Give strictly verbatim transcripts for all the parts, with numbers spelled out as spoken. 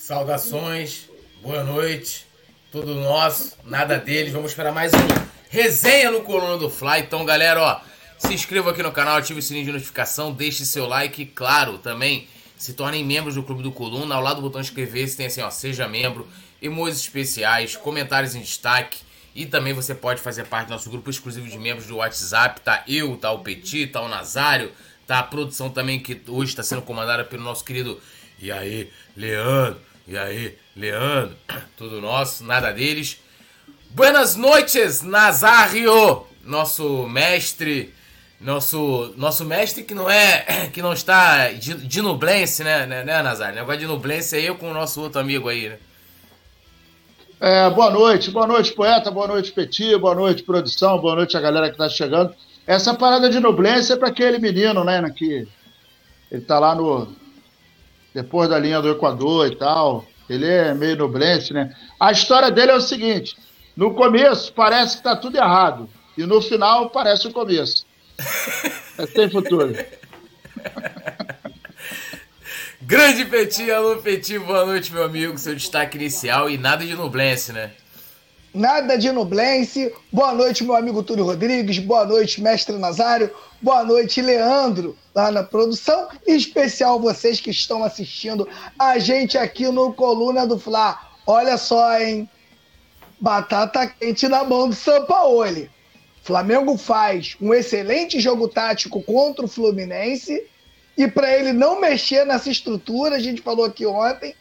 Saudações, boa noite, tudo nosso, nada deles. Vamos para mais um resenha no Coluna do Fla. Então, galera, ó, se inscreva aqui no canal, ative o sininho de notificação, deixe seu like e, claro, também se tornem membros do Clube do Coluna. Ao lado do botão inscrever-se tem assim, ó, seja membro, emojis especiais, comentários em destaque. E também você pode fazer parte do nosso grupo exclusivo de membros do WhatsApp. Tá eu, tá o Petit, tá o Nazário, tá a produção também que hoje está sendo comandada pelo nosso querido E aí, Leandro. E aí, Leandro, tudo nosso, nada deles. Buenas noites, Nazário, nosso mestre, nosso, nosso mestre que não é, que não está de, de nublense, né, né, né, Nazário? Negócio de nublense é eu com o nosso outro amigo aí, né? É, boa noite, boa noite, poeta, boa noite, Petit, boa noite, produção, boa noite a galera que tá chegando. Essa parada de nublense é para aquele menino, né, que ele tá lá no... depois da linha do Equador e tal, ele é meio nublense, né? A história dele é o seguinte, no começo parece que tá tudo errado, e no final parece o começo. É sem futuro. Grande Petit, alô Petit, boa noite, meu amigo, seu destaque inicial e nada de nublense, né? Nada de nublense. Boa noite, meu amigo Túlio Rodrigues. Boa noite, mestre Nazário. Boa noite, Leandro, lá na produção. Em especial vocês que estão assistindo a gente aqui no Coluna do Fla. Olha só, hein? Batata quente na mão do Sampaoli. Flamengo faz um excelente jogo tático contra o Fluminense. E para ele não mexer nessa estrutura, a gente falou aqui ontem,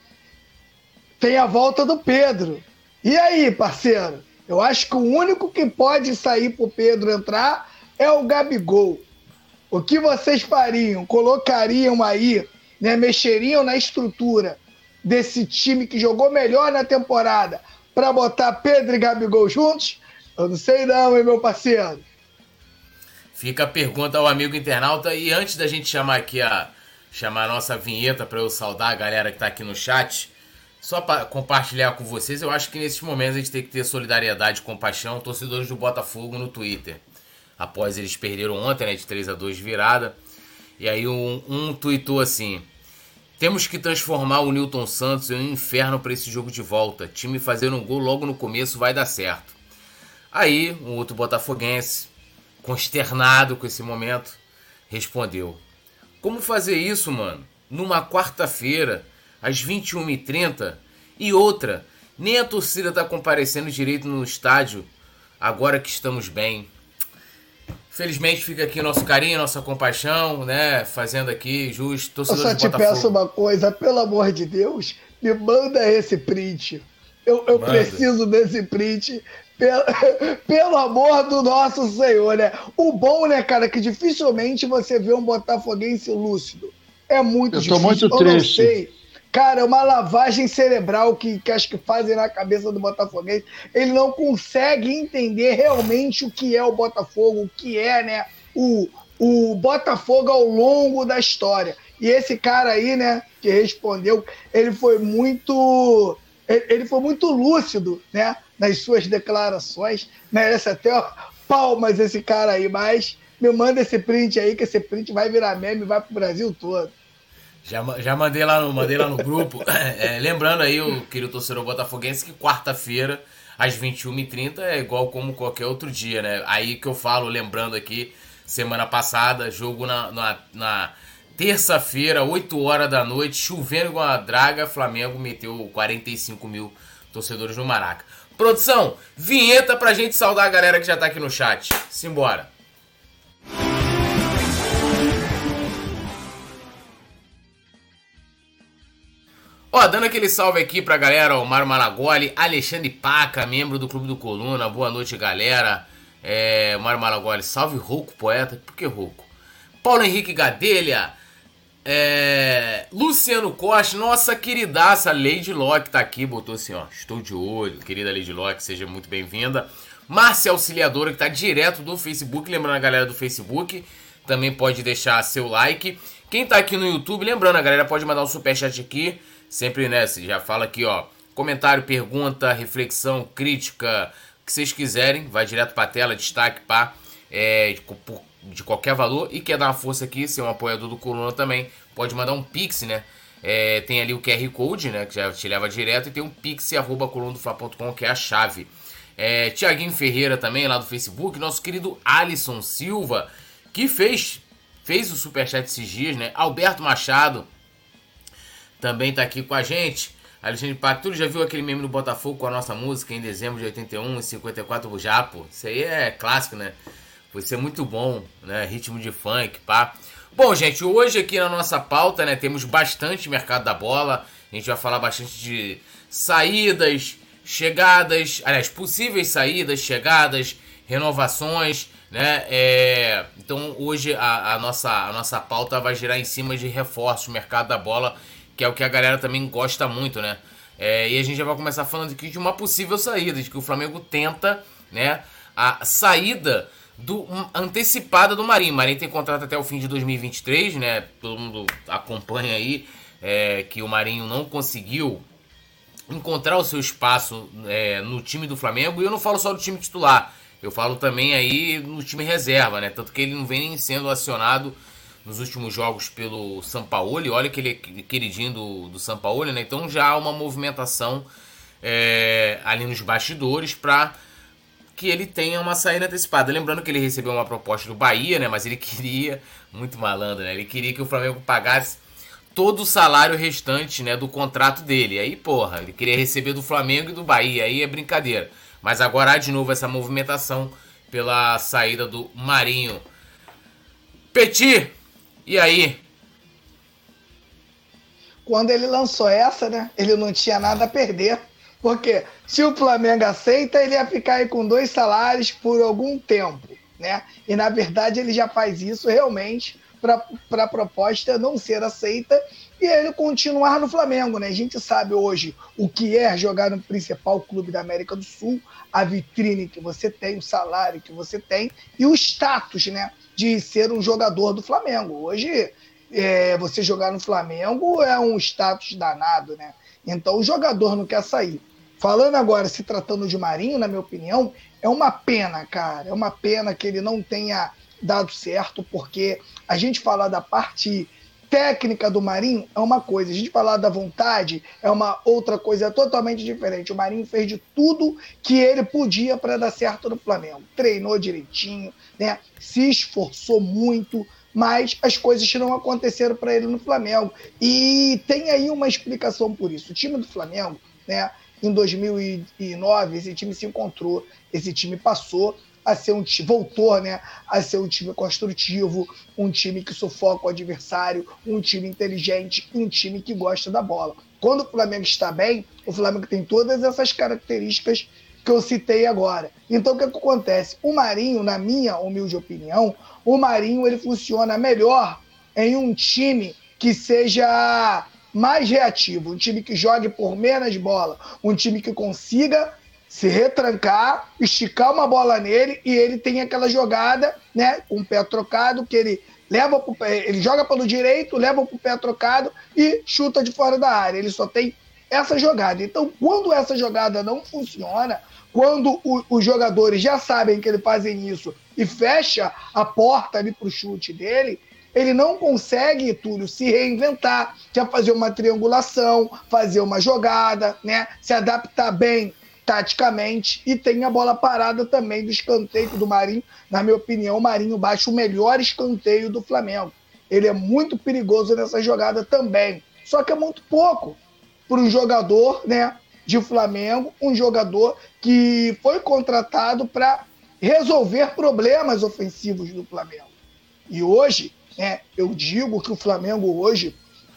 tem a volta do Pedro. E aí, parceiro? Eu acho que o único que pode sair pro Pedro entrar é o Gabigol. O que vocês fariam? Colocariam aí, né, mexeriam na estrutura desse time que jogou melhor na temporada para botar Pedro e Gabigol juntos? Eu não sei não, hein, meu parceiro? Fica a pergunta ao amigo internauta. E antes da gente chamar aqui a, chamar a nossa vinheta para eu saudar a galera que tá aqui no chat, só para compartilhar com vocês, eu acho que nesses momentos a gente tem que ter solidariedade e compaixão. Torcedores do Botafogo no Twitter. Após eles perderam ontem, né, de três a dois virada. E aí um, um tweetou assim: temos que transformar o Nilton Santos em um inferno para esse jogo de volta. Time fazendo um gol logo no começo vai dar certo. Aí um outro botafoguense, consternado com esse momento, respondeu: como fazer isso, mano? Numa quarta-feira, às vinte e uma e trinta, e outra, nem a torcida tá comparecendo direito no estádio, agora que estamos bem. Felizmente fica aqui nosso carinho, nossa compaixão, né, fazendo aqui justo, torcedor Eu só de te Botafogo. peço uma coisa, pelo amor de Deus, me manda esse print. Eu, eu preciso desse print, pelo, pelo amor do nosso Senhor, né? O bom, né, cara, que dificilmente você vê um botafoguense lúcido. É muito eu difícil. Tô muito eu triste. não sei. Cara, é uma lavagem cerebral que, que acho que fazem na cabeça do botafoguense. Ele não consegue entender realmente o que é o Botafogo, o que é, né, o, o Botafogo ao longo da história. E esse cara aí, né, que respondeu, ele foi muito, ele foi muito lúcido, né, nas suas declarações. Merece até ó, palmas esse cara aí, mas me manda esse print aí, que esse print vai virar meme, vai pro Brasil todo. Já, já mandei, lá no, mandei lá no grupo. É, lembrando aí, o querido torcedor botafoguense, que quarta-feira, às vinte e uma e trinta, é igual como qualquer outro dia, né? Aí que eu falo, lembrando aqui, semana passada, jogo na, na, na terça-feira, oito horas da noite, chovendo igual uma draga, Flamengo meteu quarenta e cinco mil torcedores no Maraca. Produção, vinheta pra gente saudar a galera que já tá aqui no chat. Simbora. Ó, dando aquele salve aqui pra galera, o Mário Malagoli, Alexandre Paca, membro do Clube do Coluna, boa noite, galera. É, Mário Malagoli, salve Rouco, poeta, por que Rouco? Paulo Henrique Gadelha, é, Luciano Costa, nossa queridaça Lady Locke tá aqui, botou assim, ó, estou de olho, querida Lady Locke, seja muito bem-vinda. Márcia Auxiliadora, que tá direto do Facebook, lembrando a galera do Facebook, também pode deixar seu like. Quem tá aqui no YouTube, lembrando, a galera pode mandar um superchat aqui. Sempre, né, você já fala aqui, ó, comentário, pergunta, reflexão, crítica, o que vocês quiserem, vai direto pra tela, destaque, pá, é, de, de qualquer valor. E quer dar uma força aqui, ser um apoiador do Coluna também, pode mandar um pix, né, É, tem ali o Q R Code, né, que já te leva direto, e tem um pix arroba coluna do fla ponto com, que é a chave. É, Tiaguinho Ferreira também, lá do Facebook, nosso querido Alisson Silva, que fez, fez o superchat esses dias, né? Alberto Machado também tá aqui com a gente. Alexandre Pacturo, já viu aquele meme do Botafogo com a nossa música em dezembro de oitenta e um, em cinquenta e quatro, Japo? Isso aí é clássico, né? Foi ser muito bom, né? Ritmo de funk, pá. Bom, gente, hoje aqui na nossa pauta, né, temos bastante mercado da bola. A gente vai falar bastante de saídas, chegadas, aliás, possíveis saídas, chegadas, renovações, né? É, então hoje a, a, nossa, a nossa pauta vai girar em cima de reforços, mercado da bola, que é o que a galera também gosta muito, né? É, e a gente já vai começar falando aqui de uma possível saída, de que o Flamengo tenta, né, a saída do, antecipada do Marinho. O Marinho tem contrato até o fim de dois mil e vinte e três, né? Todo mundo acompanha aí é, que o Marinho não conseguiu encontrar o seu espaço é, no time do Flamengo. E eu não falo só do time titular, eu falo também aí no time reserva, né? Tanto que ele não vem nem sendo acionado nos últimos jogos pelo Sampaoli. Olha que ele é queridinho do, do Sampaoli, né? Então já há uma movimentação é, ali nos bastidores para que ele tenha uma saída antecipada. Lembrando que ele recebeu uma proposta do Bahia, né? Mas ele queria, muito malandro, né? Ele queria que o Flamengo pagasse todo o salário restante, né, do contrato dele. Aí, porra, ele queria receber do Flamengo e do Bahia. Aí é brincadeira. Mas agora há de novo essa movimentação pela saída do Marinho. Petit, e aí? Quando ele lançou essa, né, ele não tinha nada a perder. Porque se o Flamengo aceita, ele ia ficar aí com dois salários por algum tempo, né? E na verdade ele já faz isso realmente para a proposta não ser aceita e ele continuar no Flamengo, né? A gente sabe hoje o que é jogar no principal clube da América do Sul, a vitrine que você tem, o salário que você tem e o status, né, de ser um jogador do Flamengo. Hoje, é, você jogar no Flamengo é um status danado, né? Então o jogador não quer sair. Falando agora, se tratando de Marinho, na minha opinião, é uma pena, cara. É uma pena que ele não tenha dado certo, porque a gente falar da parte técnica do Marinho é uma coisa, a gente falar da vontade é uma outra coisa totalmente diferente. O Marinho fez de tudo que ele podia para dar certo no Flamengo. Treinou direitinho, né? Se esforçou muito, mas as coisas não aconteceram para ele no Flamengo. E tem aí uma explicação por isso. O time do Flamengo, né, em dois mil e nove, esse time se encontrou, esse time passou a ser um time, voltou, né, a ser um time construtivo, um time que sufoca o adversário, um time inteligente, um time que gosta da bola. Quando o Flamengo está bem, o Flamengo tem todas essas características que eu citei agora. Então o que, é que acontece? O Marinho, na minha humilde opinião, o Marinho ele funciona melhor em um time que seja mais reativo, um time que jogue por menos bola, um time que consiga se retrancar, esticar uma bola nele e ele tem aquela jogada, né, com o pé trocado, que ele leva pro pé, ele joga pelo direito, leva pro pé trocado e chuta de fora da área. Ele só tem essa jogada. Então, quando essa jogada não funciona, quando o, os jogadores já sabem que ele fazem isso e fecha a porta ali pro chute dele, ele não consegue, Túlio, se reinventar, quer fazer uma triangulação, fazer uma jogada, né, se adaptar bem taticamente, e tem a bola parada também do escanteio do Marinho. Na minha opinião, o Marinho baixa o melhor escanteio do Flamengo. Ele é muito perigoso nessa jogada também. Só que é muito pouco para um jogador, né, de Flamengo, um jogador que foi contratado para resolver problemas ofensivos do Flamengo. E hoje, né, eu digo que o Flamengo hoje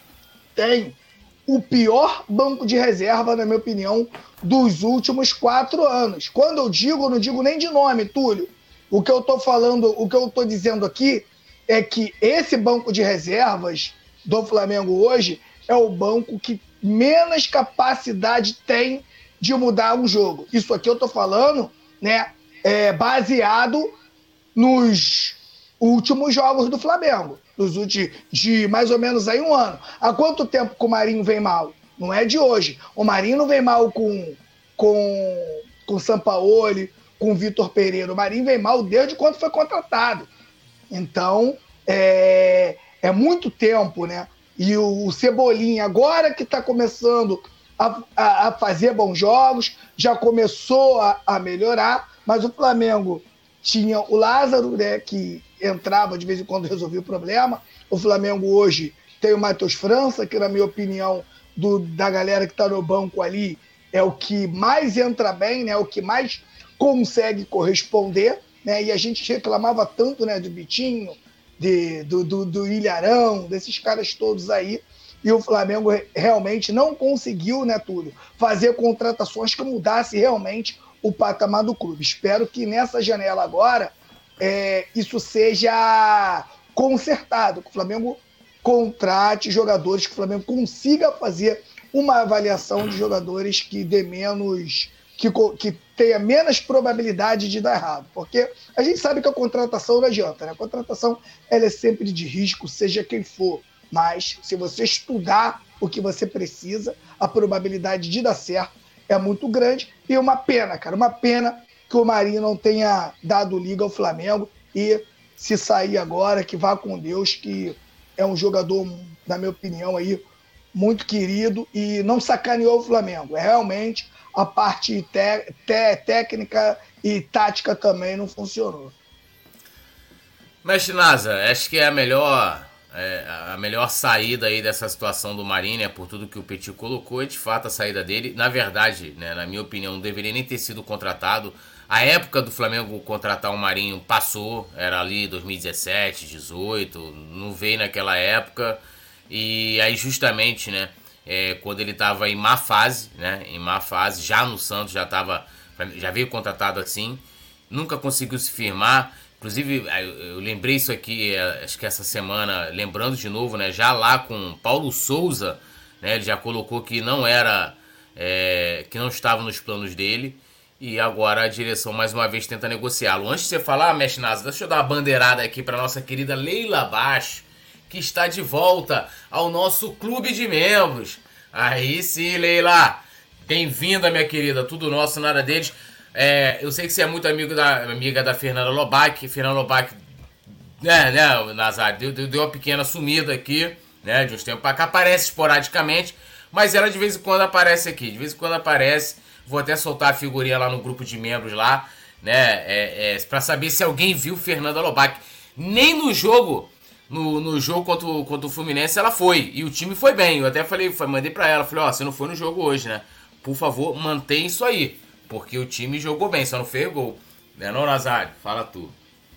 tem o pior banco de reserva, na minha opinião, dos últimos quatro anos. Quando eu digo, eu não digo nem de nome, Túlio. O que eu estou falando, o que eu estou dizendo aqui é que esse banco de reservas do Flamengo hoje é o banco que menos capacidade tem de mudar um jogo. Isso aqui eu estou falando, né, é, baseado nos últimos jogos do Flamengo. Nos últimos, de mais ou menos aí um ano. Há quanto tempo que o Marinho vem mal? Não é de hoje. O Marinho não vem mal com com, com Sampaoli, com Vitor Pereira. O Marinho vem mal desde quando foi contratado. Então, é, é muito tempo, né, E o, o Cebolinha, agora que está começando a, a, a fazer bons jogos, já começou a, a melhorar, mas o Flamengo tinha o Lázaro, né, que entrava de vez em quando, resolvia o problema. O Flamengo hoje tem o Matheus França, que na minha opinião, do, da galera que está no banco ali, é o que mais entra bem, né, o que mais consegue corresponder, né, e a gente reclamava tanto, né, do Vitinho, de, do, do, do Ilharão, desses caras todos aí, e o Flamengo realmente não conseguiu, né, Túlio, fazer contratações que mudassem realmente o patamar do clube. Espero que nessa janela agora é, isso seja consertado, que o Flamengo contrate jogadores, que o Flamengo consiga fazer uma avaliação de jogadores que dê menos, que, que tenha menos probabilidade de dar errado, porque a gente sabe que a contratação não adianta, né? A contratação ela é sempre de risco, seja quem for, mas se você estudar o que você precisa, a probabilidade de dar certo é muito grande. E uma pena, cara, uma pena que o Marinho não tenha dado liga ao Flamengo, e se sair agora, que vá com Deus, que é um jogador, na minha opinião, aí, muito querido, e não sacaneou o Flamengo. É realmente a parte te- te- técnica e tática também não funcionou. Mestre Nasa, acho que é a melhor, é, a melhor saída aí dessa situação do Marinho, né, por tudo que o Petit colocou, é de fato a saída dele. Na verdade, né, na minha opinião, não deveria nem ter sido contratado. A época do Flamengo contratar o Marinho passou, era ali dois mil e dezessete, dezoito, não veio naquela época. E aí justamente, né, é, quando ele estava em má fase, né, em má fase, já no Santos, já, tava, já veio contratado assim, nunca conseguiu se firmar. Inclusive, eu lembrei isso aqui, acho que essa semana, lembrando de novo, né, já lá com Paulo Souza, né, ele já colocou que não era, é, que não estava nos planos dele. E agora a direção mais uma vez tenta negociá-lo. Antes de você falar, Mestre Nasa, deixa eu dar uma bandeirada aqui para nossa querida Leila Baixo, que está de volta ao nosso clube de membros. Aí sim, Leila, bem-vinda, minha querida, tudo nosso, nada deles. É, eu sei que você é muito amigo da, amiga da Fernanda Lobac. Fernanda Lobac, né, né, Nazário, deu, deu, deu uma pequena sumida aqui, né, de uns tempos para cá, aparece esporadicamente, mas ela de vez em quando aparece aqui, de vez em quando aparece. Vou até soltar a figurinha lá no grupo de membros lá, né, é, é, pra saber se alguém viu Fernanda Lobac. Nem no jogo, no, no jogo contra o, contra o Fluminense ela foi, e o time foi bem. Eu até falei, mandei pra ela, falei, ó, você não foi no jogo hoje, né, por favor, mantém isso aí, porque o time jogou bem, só não fez gol. Né não, Nazário? Fala tu.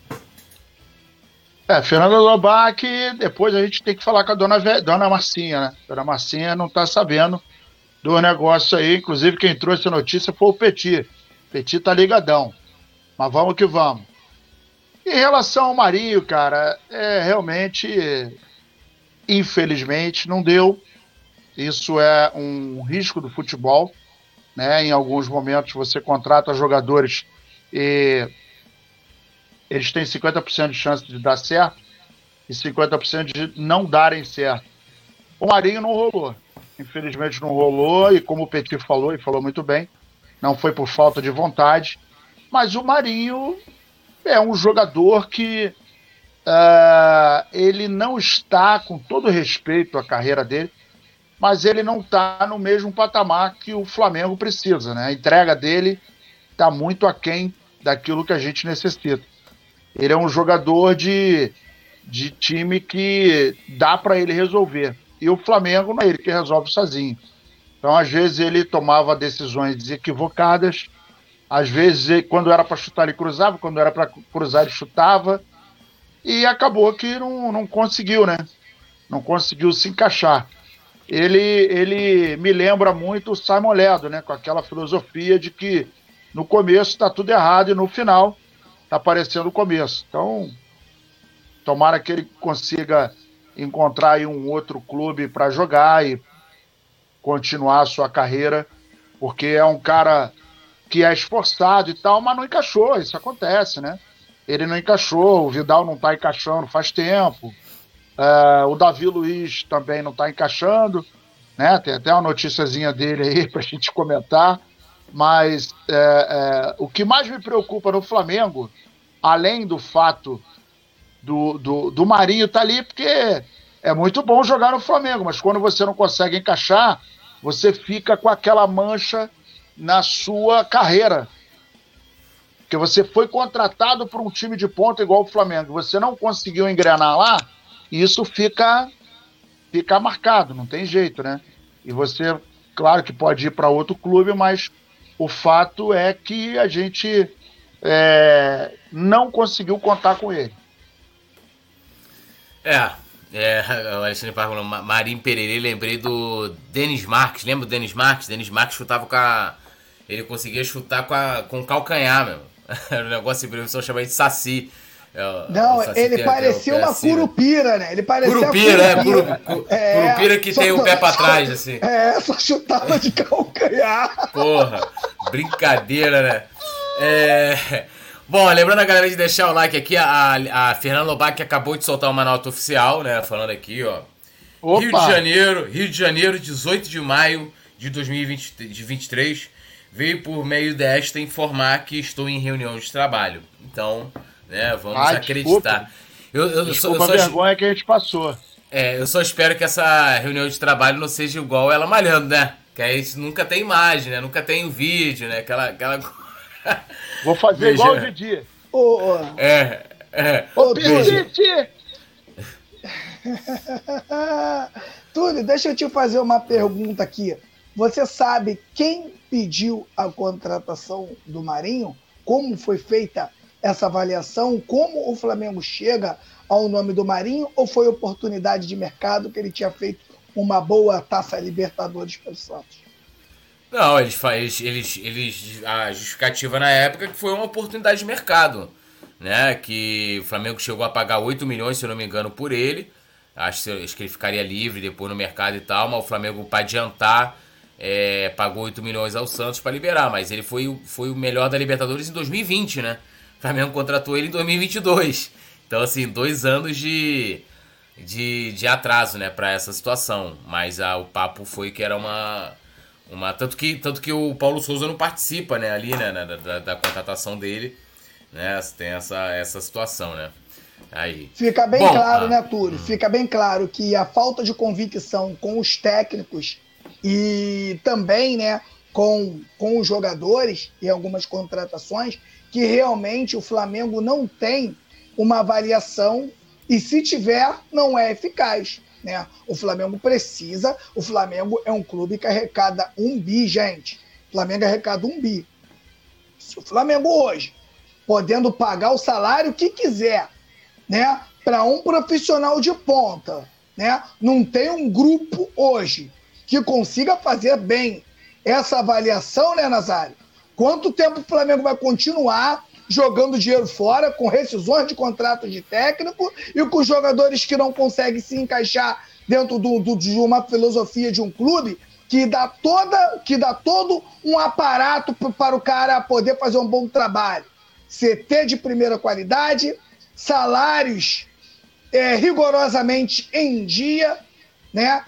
É, Fernanda Lobac, depois a gente tem que falar com a dona, dona Marcinha, né, dona Marcinha não tá sabendo do negócio aí, inclusive quem trouxe a notícia foi o Petit. Petit tá ligadão. Mas vamos que vamos. Em relação ao Marinho, cara, é realmente, infelizmente, não deu. Isso é um risco do futebol, né? Em alguns momentos você contrata jogadores e eles têm cinquenta por cento de chance de dar certo e cinquenta por cento de não darem certo. O Marinho não rolou. Infelizmente não rolou, e como o Petit falou, e falou muito bem, não foi por falta de vontade, mas o Marinho é um jogador que uh, ele não está, com todo respeito à carreira dele, mas ele não está no mesmo patamar que o Flamengo precisa, né? A entrega dele está muito aquém daquilo que a gente necessita. Ele é um jogador de, de time que dá para ele resolver. E o Flamengo não é ele que resolve sozinho. Então, às vezes, ele tomava decisões equivocadas. Às vezes, quando era para chutar, ele cruzava. Quando era para cruzar, ele chutava. E acabou que não, não conseguiu, né? Não conseguiu se encaixar. Ele, ele me lembra muito o Simon Ledo, né? Com aquela filosofia de que no começo está tudo errado e no final está aparecendo o começo. Então, tomara que ele consiga encontrar aí um outro clube para jogar e continuar a sua carreira, porque é um cara que é esforçado e tal, mas não encaixou, isso acontece, né? Ele não encaixou, o Vidal não está encaixando faz tempo, uh, o Davi Luiz também não está encaixando, né? Tem até uma noticiazinha dele aí para a gente comentar, mas é, é, o que mais me preocupa no Flamengo, além do fato do, do, do Marinho estar tá ali, porque é muito bom jogar no Flamengo, mas quando você não consegue encaixar, você fica com aquela mancha na sua carreira. Porque você foi contratado por um time de ponta igual o Flamengo, você não conseguiu engrenar lá, e isso fica, fica marcado, não tem jeito, né? E você, claro que pode ir para outro clube, mas o fato é que a gente é, não conseguiu contar com ele. É, é, o Alexandre Parra falou, Marinho Pereira, lembrei do Denis Marques, lembra do Denis Marques? Denis Marques chutava com a... Ele conseguia chutar com, a, com o calcanhar, meu. Era um negócio que o pessoal chamava de saci. Não, saci ele tem, parecia tem uma assim, curupira, né? Ele parecia curupira, é, curupira. Curu, é, curupira que tem o pé pra trás, assim. É, só chutava de calcanhar. Porra, brincadeira, né? É... Bom, lembrando a galera de deixar o like aqui, a, a Fernanda Lobac acabou de soltar uma nota oficial, né? Falando aqui, ó. Opa. Rio de Janeiro, Rio de Janeiro, dezoito de maio de dois mil e vinte, de vinte e três, veio por meio desta informar que estou em reunião de trabalho. Então, né, vamos ah, acreditar. Eu, eu, desculpa eu só, eu só, a vergonha que a gente passou. É, eu só espero que essa reunião de trabalho não seja igual ela malhando, né? Que aí nunca tem imagem, né? Nunca tem o vídeo, né? Aquela... aquela... Vou fazer Beijão. Igual o Didi. Ô, oh, oh. É, é. Ô, Didi! Túlio, deixa eu te fazer uma pergunta aqui. Você sabe quem pediu a contratação do Marinho? Como foi feita essa avaliação? Como o Flamengo chega ao nome do Marinho? Ou foi oportunidade de mercado que ele tinha feito uma boa Taça Libertadores pelo Santos? Não, eles, eles, eles, eles a justificativa na época que foi uma oportunidade de mercado, né? Que o Flamengo chegou a pagar oito milhões, se eu não me engano, por ele. Acho, acho que ele ficaria livre depois no mercado e tal, mas o Flamengo, para adiantar, é, pagou oito milhões ao Santos para liberar, mas ele foi, foi o melhor da Libertadores em dois mil e vinte, né? O Flamengo contratou ele em dois mil e vinte e dois. Então, assim, dois anos de, de, de atraso, né, para essa situação. Mas a, o papo foi que era uma... Uma, tanto, que, tanto que o Paulo Souza não participa, né, ali, né, da, da, da contratação dele, né, tem essa, essa situação, né. Aí. Fica bem Bom, claro, ah, né, Túlio? Hum. Fica bem claro que a falta de convicção com os técnicos e também, né, com, com os jogadores e algumas contratações, que realmente o Flamengo não tem uma avaliação e, se tiver, não é eficaz. Né? O Flamengo precisa, o Flamengo é um clube que arrecada um bi, gente. O Flamengo arrecada um bi. Se o Flamengo hoje, podendo pagar o salário que quiser, né, para um profissional de ponta, né, não tem um grupo hoje que consiga fazer bem essa avaliação, né, Nazário? Quanto tempo o Flamengo vai continuar jogando dinheiro fora, com rescisões de contrato de técnico e com jogadores que não conseguem se encaixar dentro do, do, de uma filosofia de um clube que dá, toda, que dá todo um aparato para o cara poder fazer um bom trabalho. C T de primeira qualidade, salários é, rigorosamente em dia, né?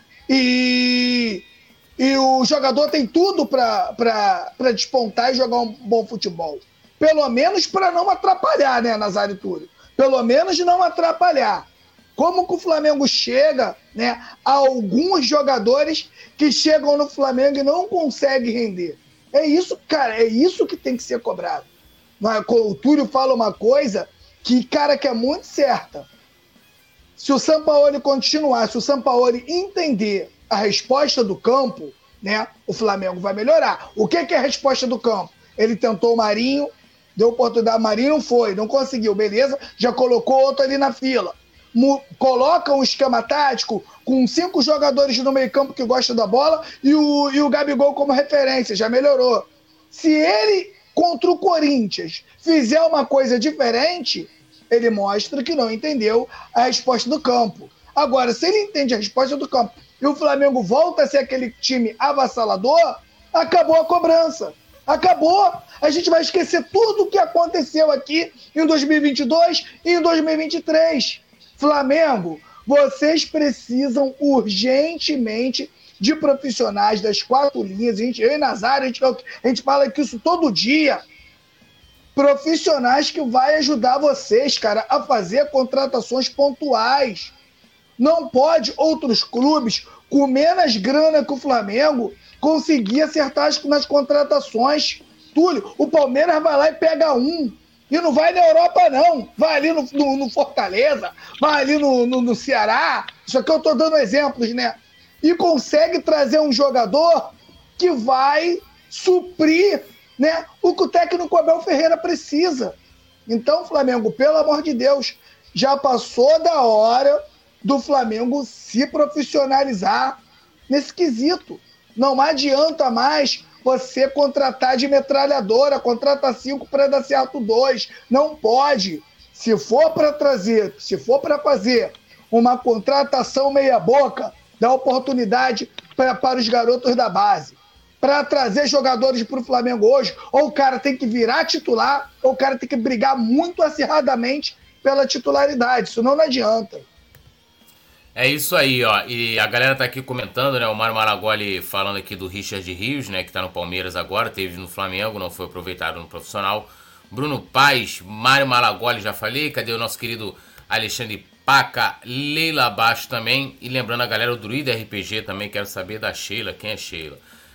E, e o jogador tem tudo para despontar e jogar um bom futebol. Pelo menos para não atrapalhar, né, Nazário Túlio? Pelo menos não atrapalhar. Como que o Flamengo chega, né, a alguns jogadores que chegam no Flamengo e não conseguem render? É isso, cara, é isso que tem que ser cobrado. O Túlio fala uma coisa que, cara, que é muito certa. Se o Sampaoli continuar, se o Sampaoli entender a resposta do campo, né, o Flamengo vai melhorar. O que que é a resposta do campo? Ele tentou o Marinho, deu oportunidade ao Marinho, não foi, não conseguiu, beleza, já colocou outro ali na fila. Mo- coloca um esquema tático com cinco jogadores no meio campo que gostam da bola e o, e o Gabigol como referência, já melhorou. Se ele, contra o Corinthians, fizer uma coisa diferente, ele mostra que não entendeu a resposta do campo. Agora, se ele entende a resposta do campo e o Flamengo volta a ser aquele time avassalador, acabou a cobrança. Acabou. A gente vai esquecer tudo o que aconteceu aqui em dois mil e vinte e dois e em dois mil e vinte e três. Flamengo, vocês precisam urgentemente de profissionais das quatro linhas. A gente, eu e Nazário, a gente, a gente fala que isso todo dia. Profissionais que vai ajudar vocês, cara, a fazer contratações pontuais. Não pode outros clubes com menos grana que o Flamengo conseguir acertar as, nas contratações. Túlio, o Palmeiras vai lá e pega um. E não vai na Europa, não. Vai ali no, no, no Fortaleza, vai ali no, no, no Ceará. Isso aqui eu tô dando exemplos, né? E consegue trazer um jogador que vai suprir, né, o que o técnico Abel Ferreira precisa. Então, Flamengo, pelo amor de Deus, já passou da hora do Flamengo se profissionalizar nesse quesito. Não adianta mais você contratar de metralhadora, contrata cinco para dar certo dois. Não pode. Se for para trazer, se for para fazer uma contratação meia boca, dá oportunidade pra, para os garotos da base. Para trazer jogadores para o Flamengo hoje, ou o cara tem que virar titular, ou o cara tem que brigar muito acirradamente pela titularidade, senão não adianta. É isso aí, ó. E a galera tá aqui comentando, né? O Mário Maragoli falando aqui do Richard Rios, né? Que tá no Palmeiras agora, teve no Flamengo, não foi aproveitado no profissional. Bruno Paes, Mário Maragoli, já falei. Cadê o nosso querido Alexandre Paca, Leila Baixo também. E lembrando a galera, o Druida R P G também, quero saber da Sheila. Quem é Sheila?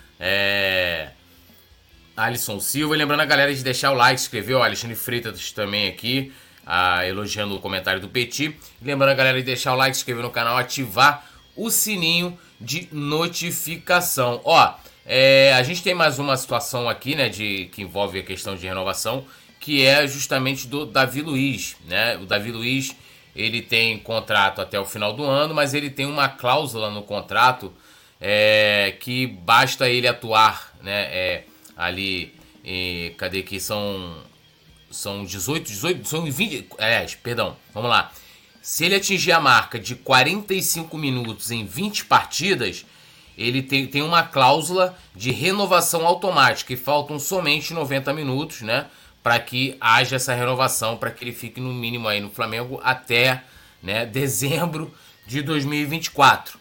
É... Alisson Silva. E lembrando a galera de deixar o like, escrever. O Alexandre Freitas também aqui. Ah, elogiando o comentário do Petit. Lembrando a galera de deixar o like, se inscrever no canal, ativar o sininho de notificação. Ó, é, a gente tem mais uma situação aqui, né, de, que envolve a questão de renovação, que é justamente do Davi Luiz, né? O Davi Luiz, ele tem contrato até o final do ano, mas ele tem uma cláusula no contrato é, que basta ele atuar, né, é, ali, é, cadê que são... São dezoito, dezoito, são vinte, aliás, perdão, vamos lá. Se ele atingir a marca de quarenta e cinco minutos em vinte partidas, ele tem, tem uma cláusula de renovação automática e faltam somente noventa minutos, né, para que haja essa renovação, para que ele fique no mínimo aí no Flamengo até, né, dezembro de dois mil e vinte e quatro.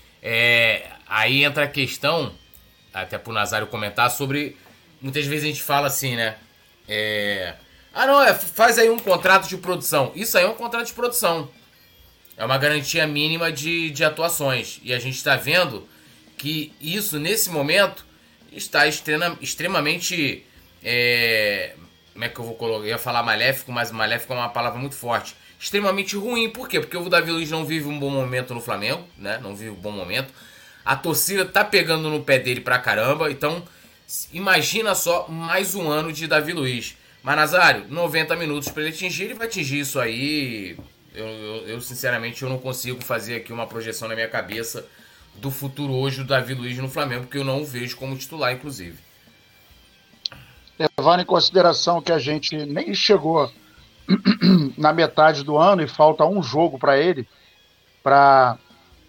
É, aí entra a questão, até para o Nazário comentar, sobre, muitas vezes a gente fala assim, né, é... Ah, não, é, faz aí um contrato de produção. Isso aí é um contrato de produção. É uma garantia mínima de, de atuações. E a gente está vendo que isso, nesse momento, está extrema, extremamente... É, como é que eu vou colocar? Eu ia falar maléfico, mas maléfico é uma palavra muito forte. Extremamente ruim. Por quê? Porque o Davi Luiz não vive um bom momento no Flamengo, né? Não vive um bom momento. A torcida tá pegando no pé dele pra caramba. Então, imagina só mais um ano de Davi Luiz. Mas, Nazário, noventa minutos para ele atingir, ele vai atingir isso aí. Eu, eu, eu, sinceramente, eu não consigo fazer aqui uma projeção na minha cabeça do futuro hoje do Davi Luiz no Flamengo, porque eu não o vejo como titular, inclusive. Levando em consideração que a gente nem chegou na metade do ano e falta um jogo para ele, para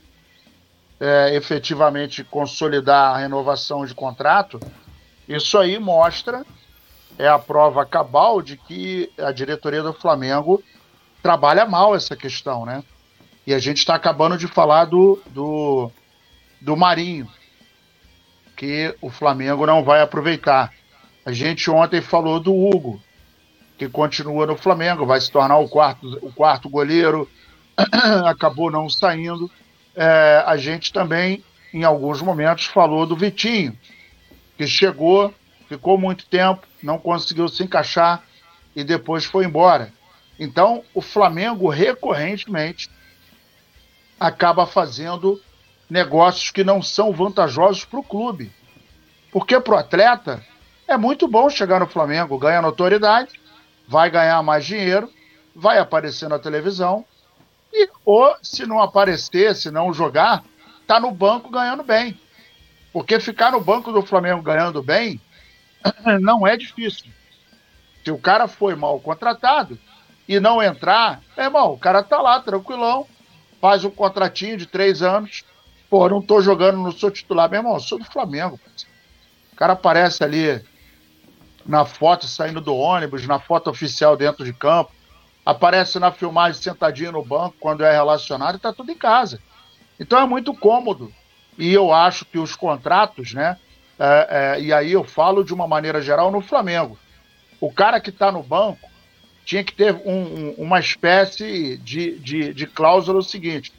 é, efetivamente consolidar a renovação de contrato, isso aí mostra... É a prova cabal de que a diretoria do Flamengo trabalha mal essa questão, né? E a gente está acabando de falar do, do, do Marinho, que o Flamengo não vai aproveitar. A gente ontem falou do Hugo, que continua no Flamengo, vai se tornar o quarto, o quarto goleiro, acabou não saindo. É, a gente também, em alguns momentos, falou do Vitinho, que chegou... Ficou muito tempo, não conseguiu se encaixar e depois foi embora. Então, o Flamengo recorrentemente acaba fazendo negócios que não são vantajosos para o clube. Porque para o atleta é muito bom chegar no Flamengo, ganha notoriedade, vai ganhar mais dinheiro, vai aparecer na televisão e, ou se não aparecer, se não jogar, está no banco ganhando bem. Porque ficar no banco do Flamengo ganhando bem não é difícil. Se o cara foi mal contratado e não entrar, meu irmão, o cara tá lá, tranquilão, faz um contratinho de três anos, pô, não tô jogando, não sou titular, meu irmão, eu sou do Flamengo. O cara aparece ali na foto saindo do ônibus, na foto oficial dentro de campo, aparece na filmagem sentadinho no banco quando é relacionado e tá tudo em casa. Então é muito cômodo. E eu acho que os contratos, né, É, é, e aí eu falo de uma maneira geral no Flamengo. O cara que está no banco tinha que ter um, um, uma espécie de, de, de cláusula o seguinte: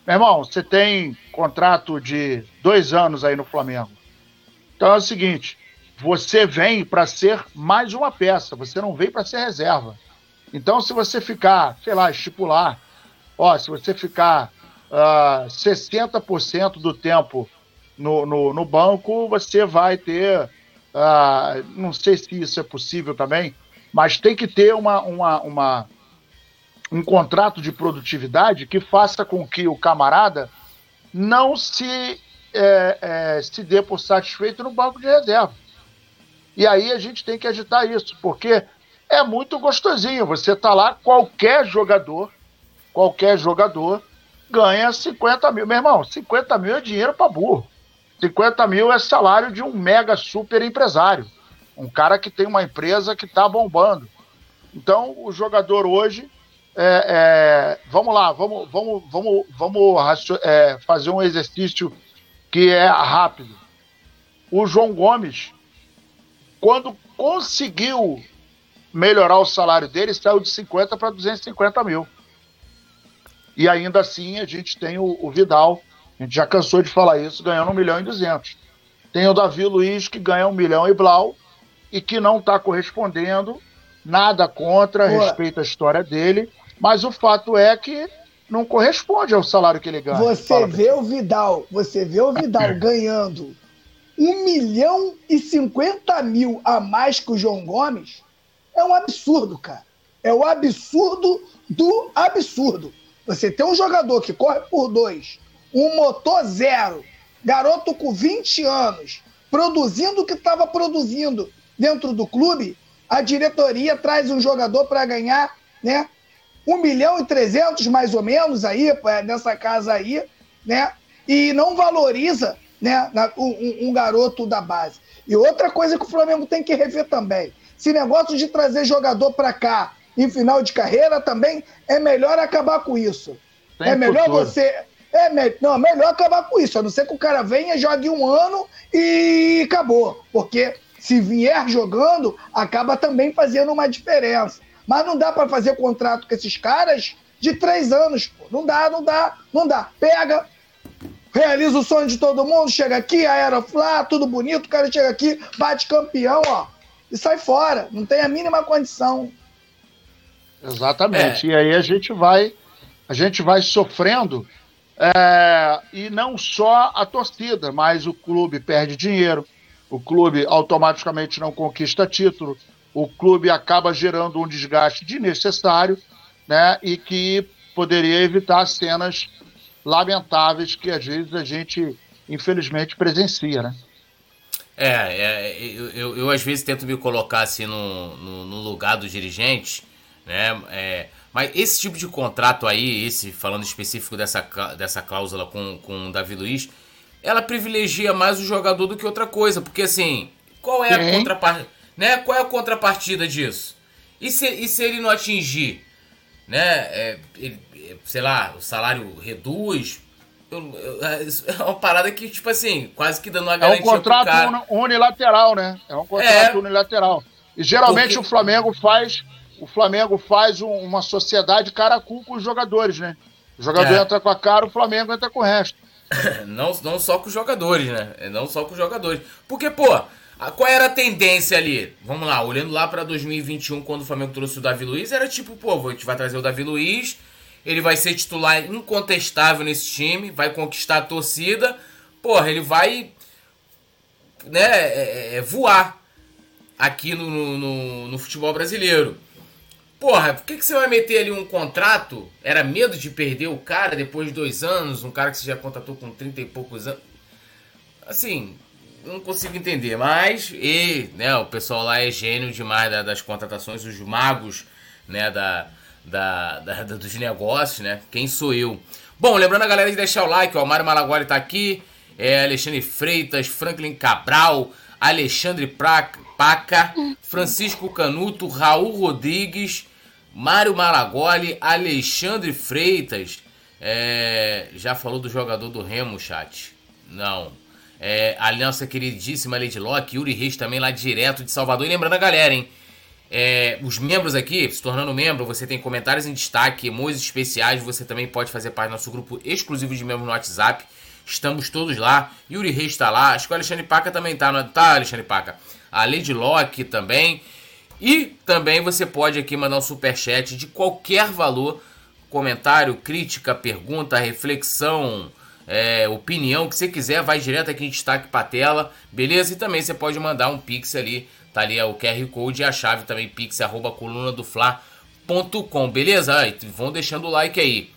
Meu irmão, você tem contrato de dois anos aí no Flamengo. Então é o seguinte, você vem para ser mais uma peça, você não vem para ser reserva. Então se você ficar, sei lá, estipular, ó, se você ficar uh, sessenta por cento do tempo no, no, no banco, você vai ter, uh, não sei se isso é possível também, mas tem que ter uma, uma, uma, um contrato de produtividade que faça com que o camarada não se, é, é, se dê por satisfeito no banco de reserva. E aí a gente tem que agitar isso, porque é muito gostosinho. Você tá lá, qualquer jogador, qualquer jogador ganha cinquenta mil. Meu irmão, cinquenta mil é dinheiro para burro. cinquenta mil é salário de um mega super empresário. Um cara que tem uma empresa que tá bombando. Então, o jogador hoje, é, é, vamos lá, vamos, vamos, vamos, vamos é, fazer um exercício que é rápido. O João Gomes, quando conseguiu melhorar o salário dele, saiu de cinquenta para duzentos e cinquenta mil. E ainda assim a gente tem o, o Vidal, a gente já cansou de falar isso, ganhando um milhão e duzentos. Tem o Davi Luiz, que ganha um milhão e blau, e que não está correspondendo, nada contra, Pô, respeita a história dele, mas o fato é que não corresponde ao salário que ele ganha. Você Fala, vê pessoal. o Vidal, você vê o Vidal ganhando um milhão e cinquenta mil a mais que o João Gomes, é um absurdo, cara. É o absurdo do absurdo. Você tem um jogador que corre por dois, um motor zero, garoto com vinte anos, produzindo o que estava produzindo dentro do clube, a diretoria traz um jogador para ganhar, né, um milhão e trezentos mais ou menos aí, nessa casa aí, né, e não valoriza, né, um, um garoto da base. E outra coisa que o Flamengo tem que rever também, esse negócio de trazer jogador para cá em final de carreira também, é melhor acabar com isso. Tem é melhor futuro. você... É, me... Não, é melhor acabar com isso, a não ser que o cara venha, jogue um ano e acabou. Porque se vier jogando, acaba também fazendo uma diferença. Mas não dá para fazer contrato com esses caras de três anos, pô. Não dá, não dá, não dá. Pega, realiza o sonho de todo mundo, chega aqui, Aeroflá, tudo bonito, o cara chega aqui, bate campeão, ó, e sai fora. Não tem a mínima condição. Exatamente. É. E aí a gente vai, a gente vai sofrendo, é, e não só a torcida, mas o clube perde dinheiro, o clube automaticamente não conquista título, o clube acaba gerando um desgaste desnecessário, né, e que poderia evitar cenas lamentáveis que às vezes a gente, infelizmente, presencia, né? É, é eu, eu, eu às vezes tento me colocar assim no, no, no lugar dos dirigentes, né? É, mas esse tipo de contrato aí, esse falando específico dessa, dessa cláusula com, com o Davi Luiz, ela privilegia mais o jogador do que outra coisa, porque assim, qual é a contrapartida, né? Qual é a contrapartida disso? E se, e se ele não atingir, né? É, ele, sei lá, o salário reduz? Eu, eu, é uma parada que, tipo assim, quase que dando uma garantia pro cara. É um contrato unilateral, né? É um contrato é, unilateral. E geralmente porque... o Flamengo faz, o Flamengo faz um, uma sociedade cara a cu com os jogadores, né? O jogador é. entra com a cara, o Flamengo entra com o resto. Não, não só com os jogadores, né? Não só com os jogadores. Porque, pô, qual era a tendência ali? Vamos lá, olhando lá pra dois mil e vinte e um, quando o Flamengo trouxe o Davi Luiz, era tipo, pô, a gente vai trazer o Davi Luiz, ele vai ser titular incontestável nesse time, vai conquistar a torcida, porra, ele vai, né, é, é, voar aqui no, no, no futebol brasileiro. Porra, por que, que você vai meter ali um contrato? Era medo de perder o cara depois de dois anos, um cara que você já contratou com trinta e poucos anos? Assim, não consigo entender, mas e, né, o pessoal lá é gênio demais da, das contratações, os magos, né, da, da, da, dos negócios, né? Quem sou eu? Bom, lembrando a galera de deixar o like, ó, o Mário Malaguari tá aqui, é, Alexandre Freitas, Franklin Cabral, Alexandre Praca, Paca, Francisco Canuto, Raul Rodrigues, Mário Malagoli, Alexandre Freitas. É, já falou do jogador do Remo, chat? Não. É, a nossa queridíssima Lady Locke, Yuri Reis também lá direto de Salvador. E lembrando a galera, hein? É, os membros aqui, se tornando membro, você tem comentários em destaque, emojis especiais, você também pode fazer parte do nosso grupo exclusivo de membros no WhatsApp. Estamos todos lá. Yuri Reis está lá. Acho que o Alexandre Paca também está. Não tá, Alexandre Paca? A Lady Locke também. E também você pode aqui mandar um superchat de qualquer valor. Comentário, crítica, pergunta, reflexão, é, opinião, o que você quiser. Vai direto aqui em destaque para a tela. Beleza? E também você pode mandar um pix ali. Tá ali o Q R Code e a chave também. Pix, arroba coluna do fla ponto com. Beleza? Aí, vão deixando o like aí.